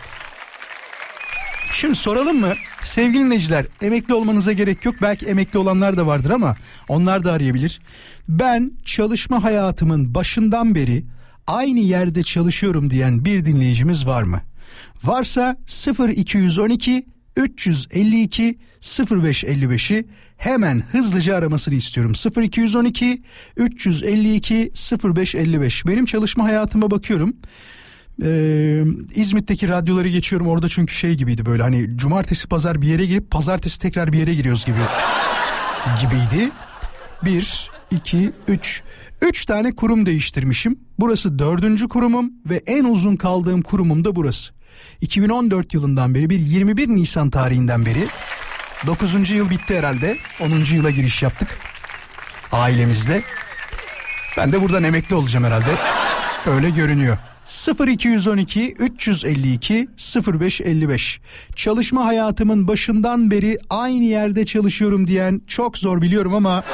[SPEAKER 5] Şimdi soralım mı? Sevgili dinleyiciler, emekli olmanıza gerek yok. Belki emekli olanlar da vardır ama onlar da arayabilir. Ben çalışma hayatımın başından beri aynı yerde çalışıyorum diyen bir dinleyicimiz var mı? Varsa sıfır iki yüz on iki üç yüz elli iki sıfır beş elli beşi hemen hızlıca aramasını istiyorum. sıfır iki yüz on iki üç yüz elli iki sıfır beş elli beş. Benim çalışma hayatıma bakıyorum. Ee, İzmit'teki radyoları geçiyorum. Orada çünkü şey gibiydi, böyle hani cumartesi pazar bir yere girip pazartesi tekrar bir yere giriyoruz gibi gibiydi. Bir, iki, üç. Üç tane kurum değiştirmişim. Burası dördüncü kurumum ve en uzun kaldığım kurumum da burası. iki bin on dört yılından beri, bir yirmi bir Nisan tarihinden beri, dokuzuncu yıl bitti herhalde. onuncu yıla giriş yaptık ailemizle. Ben de buradan emekli olacağım herhalde. Öyle görünüyor. sıfır iki yüz on iki üç yüz elli iki sıfır beş elli beş. Çalışma hayatımın başından beri aynı yerde çalışıyorum diyen çok zor biliyorum ama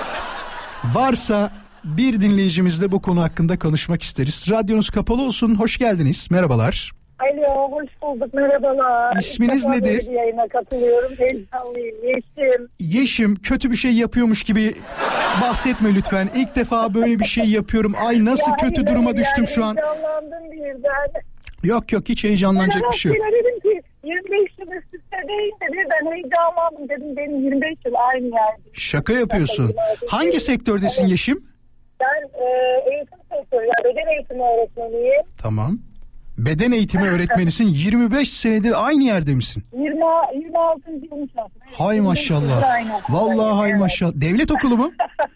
[SPEAKER 5] varsa bir dinleyicimizle bu konu hakkında konuşmak isteriz. Radyonuz kapalı olsun. Hoş geldiniz. Merhabalar.
[SPEAKER 14] Alo, hoş bulduk, merhabalar.
[SPEAKER 5] İsminiz
[SPEAKER 14] İlk
[SPEAKER 5] nedir?
[SPEAKER 14] Bir yayına katılıyorum, heyecanlıyım. Yeşim.
[SPEAKER 5] Yeşim, kötü bir şey yapıyormuş gibi bahsetme lütfen. İlk defa böyle bir şey yapıyorum. Ay nasıl
[SPEAKER 14] Yani
[SPEAKER 5] kötü duruma
[SPEAKER 14] yani
[SPEAKER 5] düştüm şu an.
[SPEAKER 14] Heyecanlandım birden.
[SPEAKER 5] Yok yok, hiç heyecanlanacak bir şey yok.
[SPEAKER 14] Ben dedim ki yirmi beş yıl üst üste değil dedi. Ben heyecanlandım dedim. Benim yirmi beş yıl aynı yerde.
[SPEAKER 5] Şaka yapıyorsun. Hangi sektördesin
[SPEAKER 14] Evet.
[SPEAKER 5] Yeşim?
[SPEAKER 14] Ben e, eğitim sektörü, yani beden eğitimi öğretmeniyim.
[SPEAKER 5] Tamam. Beden eğitimi öğretmenisin. yirmi beş senedir aynı yerde misin?
[SPEAKER 14] yirmi, yirmi altıncı yılım şahsen.
[SPEAKER 5] Hay maşallah. Vallahi hay maşallah. Devlet okulu mu?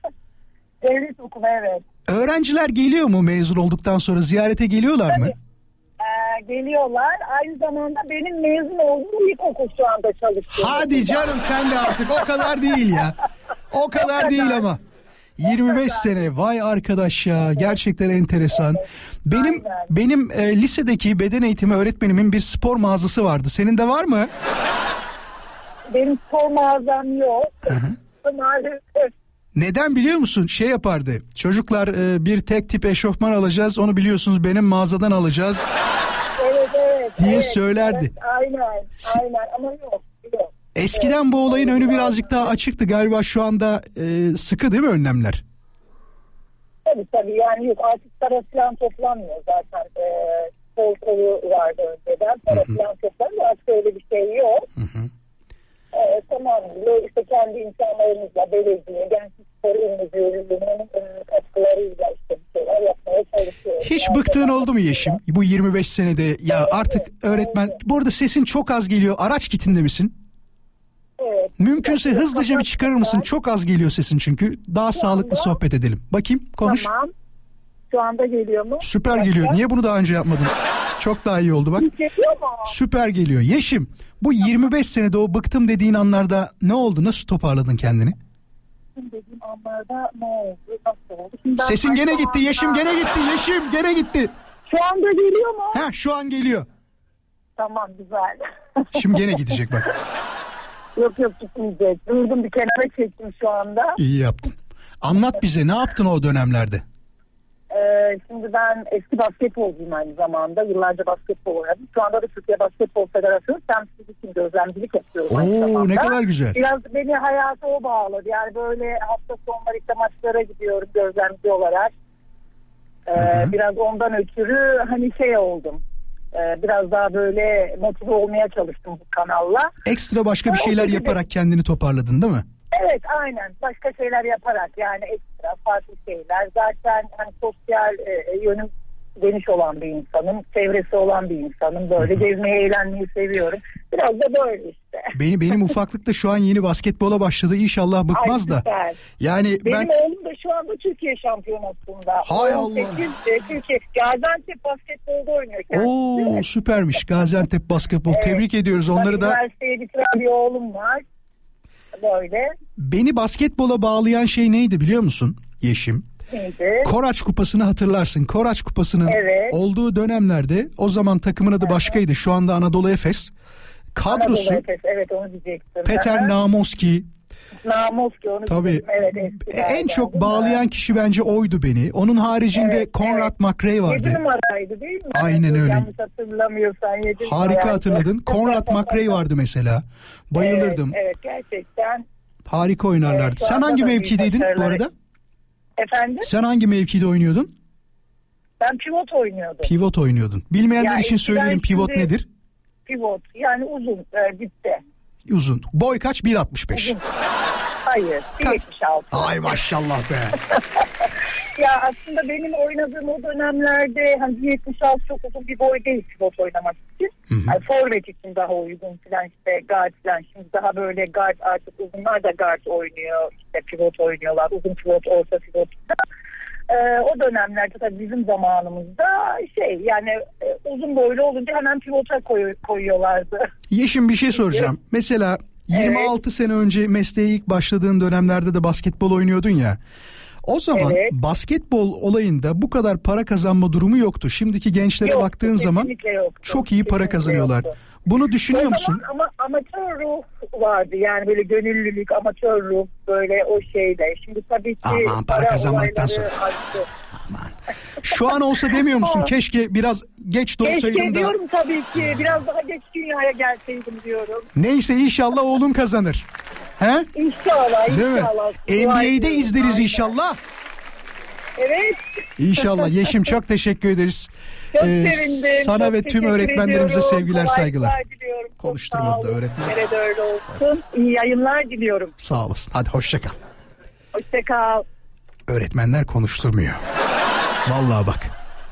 [SPEAKER 14] Devlet okulu, evet.
[SPEAKER 5] Öğrenciler geliyor mu mezun olduktan sonra, ziyarete geliyorlar mı?
[SPEAKER 14] Ee, geliyorlar. Aynı zamanda benim mezun olduğum ilkokul şu anda çalışıyorum.
[SPEAKER 5] Hadi canım, sen de artık o kadar değil ya. O kadar değil ama. yirmi beş sene, vay arkadaş ya, gerçekten enteresan. Benim benim e, lisedeki beden eğitimi öğretmenimin bir spor mağazası vardı. Senin de var mı?
[SPEAKER 14] Benim spor mağazam yok. Maalesef.
[SPEAKER 5] Neden biliyor musun? Şey yapardı. Çocuklar e, bir tek tip eşofman alacağız. Onu biliyorsunuz benim mağazadan alacağız.
[SPEAKER 14] Evet evet.
[SPEAKER 5] Diye
[SPEAKER 14] evet,
[SPEAKER 5] söylerdi.
[SPEAKER 14] Evet, aynen aynen ama yok. yok.
[SPEAKER 5] Eskiden bu olayın önü birazcık daha açıktı. Galiba şu anda e, sıkı değil mi önlemler?
[SPEAKER 14] Tabii tabii, yani yok, artık para falan toplanmıyor zaten. Ee, Sol kolu vardı önceden. Para falan toplanıyor. Artık öyle bir şey yok. Hı hı. Ee, tamam, işte kendi imkanlarımızla belediye, gençlik spor il müdürlüğünün katkılarıyla işte bir şeyler yapmaya çalışıyoruz.
[SPEAKER 5] Hiç
[SPEAKER 14] yani
[SPEAKER 5] bıktığın oldu mu Yeşim? Bu yirmi beş senede ya artık öğretmen... Bu arada sesin çok az geliyor. Araç kitinde misin?
[SPEAKER 14] Evet.
[SPEAKER 5] Mümkünse hızlıca bir çıkarır mısın? Çok az geliyor sesin çünkü. Daha sağlıklı sohbet edelim. Bakayım, konuş.
[SPEAKER 14] Tamam. Şu anda geliyor mu?
[SPEAKER 5] Süper geliyor. Niye bunu daha önce yapmadın? Çok daha iyi oldu bak. Süper geliyor. Yeşim, bu yirmi beş senede o bıktım dediğin anlarda ne oldu? Nasıl toparladın kendini?
[SPEAKER 14] Dediğim anlarda ne oldu? Nasıl oldu? Şimdi
[SPEAKER 5] sesin gene gitti Yeşim, gene gitti Yeşim, gene gitti.
[SPEAKER 14] Şu anda geliyor mu?
[SPEAKER 5] Ha, şu an geliyor.
[SPEAKER 14] tamam güzel.
[SPEAKER 5] Şimdi gene gidecek bak.
[SPEAKER 14] Yok yok gitmeyecek. Durdum bir kenara çektim şu anda.
[SPEAKER 5] İyi yaptın. Anlat bize, ne yaptın o dönemlerde?
[SPEAKER 14] Ee, şimdi ben eski basketbolcuyum aynı zamanda. Yıllarca basketbol oynadım. Şu anda da Türkiye Basketbol Federasyonu temsilcisi için gözlemcilik yapıyorum aynı zamanda.
[SPEAKER 5] Oo, ne kadar güzel.
[SPEAKER 14] Biraz beni hayata o bağladı. Yani böyle hafta sonları işte maçlara gidiyorum gözlemci olarak. Ee, biraz ondan ötürü hani şey oldum. Ee, biraz daha böyle motive olmaya çalıştım bu kanalla.
[SPEAKER 5] Ekstra başka bir şeyler yaparak kendini toparladın değil mi?
[SPEAKER 14] Evet aynen, başka şeyler yaparak yani ekstra farklı şeyler. Zaten hani sosyal e, yönüm geniş olan bir insanım, çevresi olan bir insanım, böyle gezmeyi eğlenmeyi seviyorum. Biraz da böyle işte.
[SPEAKER 5] Benim, benim ufaklıkta şu an yeni basketbola başladı, İnşallah bıkmaz
[SPEAKER 14] Ay,
[SPEAKER 5] da.
[SPEAKER 14] süper.
[SPEAKER 5] Yani
[SPEAKER 14] benim
[SPEAKER 5] ben...
[SPEAKER 14] oğlum da şu anda Türkiye şampiyonasında.
[SPEAKER 5] Hay Allah.
[SPEAKER 14] Türkiye Gaziantep basketbolda oynuyor kendisi.
[SPEAKER 5] Oo süpermiş Gaziantep basketbol. Evet. Tebrik ediyoruz onları da.
[SPEAKER 14] Üniversiteye bitiren bir oğlum var. Böyle.
[SPEAKER 5] Beni basketbola bağlayan şey neydi biliyor musun Yeşim?
[SPEAKER 14] Neydi?
[SPEAKER 5] Koraç Kupası'nı hatırlarsın. Koraç Kupası'nın evet. olduğu dönemlerde o zaman takımın adı başkaydı. Şu anda Anadolu Efes. Kadrosu
[SPEAKER 14] Anadolu Efes, evet onu diyecektim.
[SPEAKER 5] Peter Namoski.
[SPEAKER 14] Namoski onu
[SPEAKER 5] Tabii.
[SPEAKER 14] Evet,
[SPEAKER 5] en çok bağlayan kişi bence oydu beni. Onun haricinde evet, Conrad evet. McRae vardı.
[SPEAKER 14] yedi numaraydı değil mi?
[SPEAKER 5] Aynen öyle.
[SPEAKER 14] Yanlış hatırlamıyorsan yedi
[SPEAKER 5] Harika numaraydı. Hatırladın. Conrad McRae vardı mesela. Bayılırdım.
[SPEAKER 14] Evet, evet gerçekten.
[SPEAKER 5] Harika oynarlardı. Evet, sen hangi mevkideydin bu arada?
[SPEAKER 14] Efendim?
[SPEAKER 5] Sen hangi mevkide oynuyordun?
[SPEAKER 14] Ben pivot oynuyordum.
[SPEAKER 5] Pivot oynuyordun. Bilmeyenler ya için söyleyelim pivot
[SPEAKER 14] şimdi,
[SPEAKER 5] nedir?
[SPEAKER 14] Pivot yani uzun e, dipte.
[SPEAKER 5] Uzun. Boy kaç? bir altmış beş.
[SPEAKER 14] Uzun. Hayır. bir yetmiş altı.
[SPEAKER 5] Ay maşallah be.
[SPEAKER 14] Ya aslında benim oynadığım o dönemlerde hani bir yetmiş altı çok uzun bir boy değil pivot oynamak için. Yani forvet için daha uygun falan işte guard falan. Şimdi daha böyle guard artık uzunlar da guard oynuyor. İşte pivot oynuyorlar. Uzun pivot, orta pivot. Ee, o dönemlerde tabii bizim zamanımızda şey yani e, uzun boylu olunca hemen pivota koy, koyuyorlardı.
[SPEAKER 5] Yeşim bir şey soracağım. Mesela yirmi altı evet. sene önce mesleğe ilk başladığın dönemlerde de basketbol oynuyordun ya. O zaman evet. basketbol olayında bu kadar para kazanma durumu yoktu. Şimdiki gençlere yoktu, baktığın zaman yoktu. Çok iyi para kesinlikle kazanıyorlar. Yoktu. Bunu düşünüyor
[SPEAKER 14] o
[SPEAKER 5] musun?
[SPEAKER 14] Zaman ama amatör ruh vardı yani böyle gönüllülük, amatör ruh böyle o şeyde. Şimdi tabii ki
[SPEAKER 5] aman para, para kazanmaktan sonra.
[SPEAKER 14] Açtı.
[SPEAKER 5] Aman. Şu an olsa demiyor musun? Keşke biraz geç doğsaydım da.
[SPEAKER 14] Keşke diyorum tabii ki. Biraz daha geç dünyaya gelseydim diyorum.
[SPEAKER 5] Neyse inşallah oğlun kazanır. He?
[SPEAKER 14] İnşallah.
[SPEAKER 5] Değil
[SPEAKER 14] inşallah.
[SPEAKER 5] mi? N B A'de izleriz aynen. inşallah.
[SPEAKER 14] Evet.
[SPEAKER 5] İnşallah. Yeşim çok teşekkür ederiz.
[SPEAKER 14] Çok ee, sevindim.
[SPEAKER 5] Sana
[SPEAKER 14] çok
[SPEAKER 5] ve tüm öğretmenlerimize
[SPEAKER 14] ediyorum.
[SPEAKER 5] sevgiler,
[SPEAKER 14] Kolay
[SPEAKER 5] saygılar.
[SPEAKER 14] Diliyorum.
[SPEAKER 5] Konuşturmadı da öğretmen.
[SPEAKER 14] Nerede öyle olsun. İyi yayınlar diliyorum.
[SPEAKER 5] Sağ olasın. Hadi hoşça kal.
[SPEAKER 14] Hoşça kal.
[SPEAKER 5] Öğretmenler konuşturmuyor. Vallahi bak.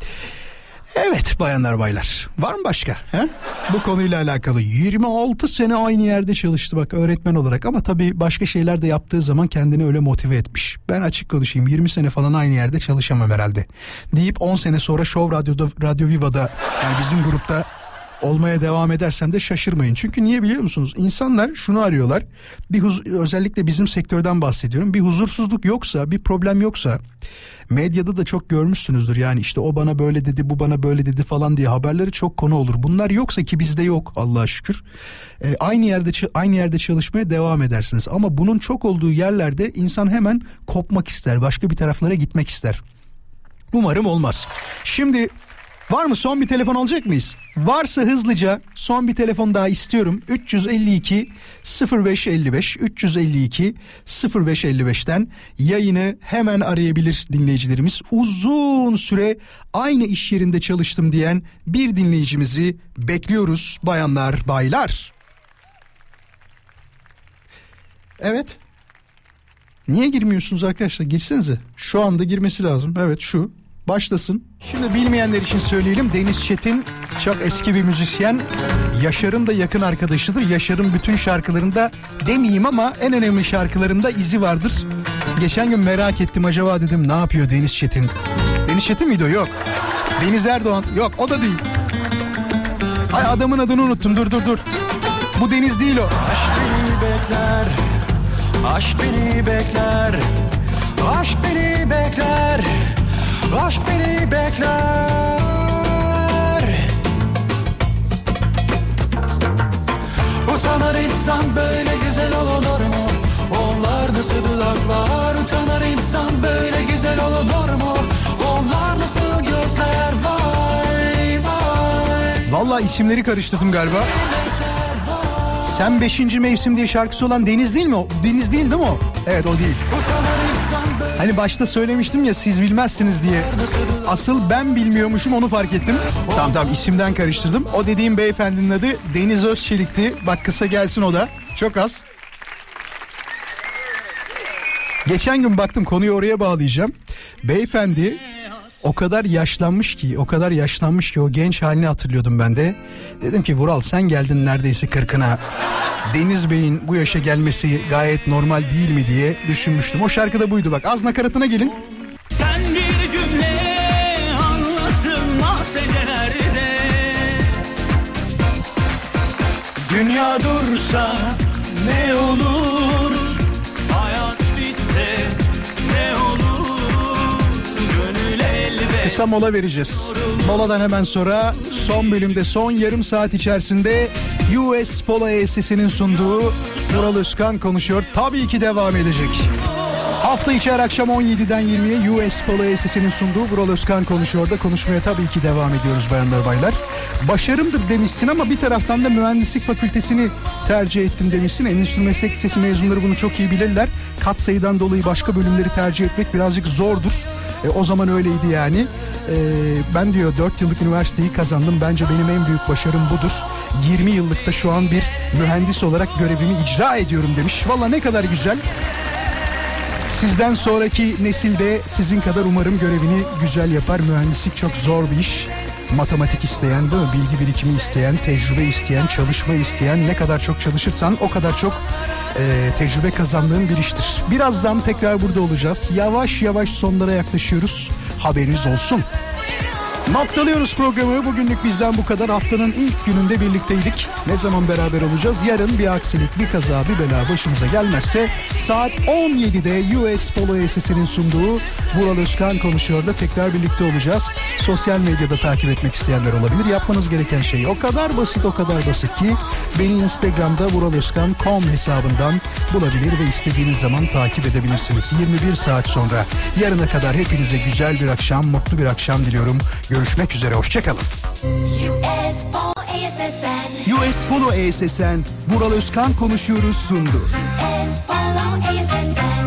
[SPEAKER 5] Evet bayanlar baylar. Var mı başka? He? Bu konuyla alakalı yirmi altı sene aynı yerde çalıştı bak öğretmen olarak ama tabii başka şeyler de yaptığı zaman kendini öyle motive etmiş. Ben açık konuşayım yirmi sene falan aynı yerde çalışamam herhalde. Deyip on sene sonra Show Radyo'da, Radyo Viva'da yani bizim grupta olmaya devam edersem de şaşırmayın. Çünkü niye biliyor musunuz? İnsanlar şunu arıyorlar. Bir huz- özellikle bizim sektörden bahsediyorum. Bir huzursuzluk yoksa, bir problem yoksa medyada da çok görmüşsünüzdür. Yani işte o bana böyle dedi, bu bana böyle dedi falan diye haberleri çok konu olur. Bunlar yoksa ki bizde yok Allah'a şükür. Ee, aynı yerde aynı yerde çalışmaya devam edersiniz. Ama bunun çok olduğu yerlerde insan hemen kopmak ister. Başka bir taraflara gitmek ister. Umarım olmaz. Şimdi var mı son bir telefon alacak mıyız? Varsa hızlıca son bir telefon daha istiyorum. üç yüz elli iki sıfır beş elli beş üç yüz elli iki sıfır beş elli beşten yayını hemen arayabilir dinleyicilerimiz. Uzun süre aynı iş yerinde çalıştım diyen bir dinleyicimizi bekliyoruz bayanlar baylar. Evet. Niye girmiyorsunuz arkadaşlar? Girsenize. Şu anda girmesi lazım. Evet şu. Başlasın. Şimdi bilmeyenler için söyleyelim. Deniz Çetin çok eski bir müzisyen. Yaşar'ın da yakın arkadaşıdır. Yaşar'ın bütün şarkılarında demeyeyim ama en önemli şarkılarında izi vardır. Geçen gün merak ettim acaba dedim ne yapıyor Deniz Çetin? Deniz Çetin miydi o? Yok. Deniz Erdoğan. Yok o da değil. Ay adamın adını unuttum. Dur dur dur. Bu Deniz değil o.
[SPEAKER 1] Aşk beni bekler. Aşk beni bekler. Aşk beni bekler. Aşk beni bekler. Utanır insan böyle güzel olur mu? Onlar nasıl dudaklar? Utanır insan böyle güzel olur mu? Onlar nasıl gözler? Vay vay.
[SPEAKER 5] Vallahi isimleri karıştırdım galiba. Sen beşinci mevsim diye şarkısı olan Deniz değil mi o? Deniz değil değil mi o? Evet o değil. Hani başta söylemiştim ya siz bilmezsiniz diye. Asıl ben bilmiyormuşum onu fark ettim. Tamam tamam isimden karıştırdım. O dediğim beyefendinin adı Deniz Özçelik'ti. Bak kısa gelsin o da. Çok az. Geçen gün baktım konuyu oraya bağlayacağım. Beyefendi o kadar yaşlanmış ki, o kadar yaşlanmış ki o genç halini hatırlıyordum ben de. Dedim ki Vural sen geldin neredeyse kırkına. Deniz Bey'in bu yaşa gelmesi gayet normal değil mi diye düşünmüştüm. O şarkı da buydu bak. Az nakaratına gelin.
[SPEAKER 1] Sen bir cümle anlatılmaz ecelerde. Dünya dursa ne olur? Hayat bitse ne olur? Gönül elbet.
[SPEAKER 5] Kısa mola vereceğiz. Moladan hemen sonra son bölümde son yarım saat içerisinde U S Polo E S S'nin sunduğu Vural Özkan konuşuyor. Tabii ki devam edecek. Hafta içi her akşam on yediden yirmiye U S Polo E S S'nin sunduğu Vural Özkan konuşuyor da konuşmaya tabii ki devam ediyoruz bayanlar baylar. Başarımdır demişsin ama bir taraftan da mühendislik fakültesini tercih ettim demişsin. Endüstri Meslek Lisesi mezunları bunu çok iyi bilirler. Katsayıdan dolayı başka bölümleri tercih etmek birazcık zordur. E, o zaman öyleydi yani. E, ben diyor dört yıllık üniversiteyi kazandım. Bence benim en büyük başarım budur. yirmi yıllıkta şu an bir mühendis olarak görevimi icra ediyorum demiş. Valla ne kadar güzel. Sizden sonraki nesilde sizin kadar umarım görevini güzel yapar. Mühendislik çok zor bir iş. Matematik isteyen, değil mi? Bilgi birikimi isteyen, tecrübe isteyen, çalışma isteyen, ne kadar çok çalışırsan o kadar çok e, tecrübe kazandığın bir iştir. Birazdan tekrar burada olacağız. Yavaş yavaş sonlara yaklaşıyoruz. Haberiniz olsun. Noktalıyoruz programı. Bugünlük bizden bu kadar. Haftanın ilk gününde birlikteydik. Ne zaman beraber olacağız? Yarın bir aksilik, bir kaza, bir bela başımıza gelmezse saat on yedide U S Polo E S S'nin sunduğu Vural Özkan konuşuyor da tekrar birlikte olacağız. Sosyal medyada takip etmek isteyenler olabilir. Yapmanız gereken şey o kadar basit, o kadar basit ki beni Instagram'da vural özkan nokta com hesabından bulabilir ve istediğiniz zaman takip edebilirsiniz. yirmi bir saat sonra yarına kadar hepinize güzel bir akşam, mutlu bir akşam diliyorum. Görüşmek üzere, hoşçakalın.
[SPEAKER 2] U S Polo E S S N Vural Özkan konuşuyoruz sundu.
[SPEAKER 1] U S Polo E S S N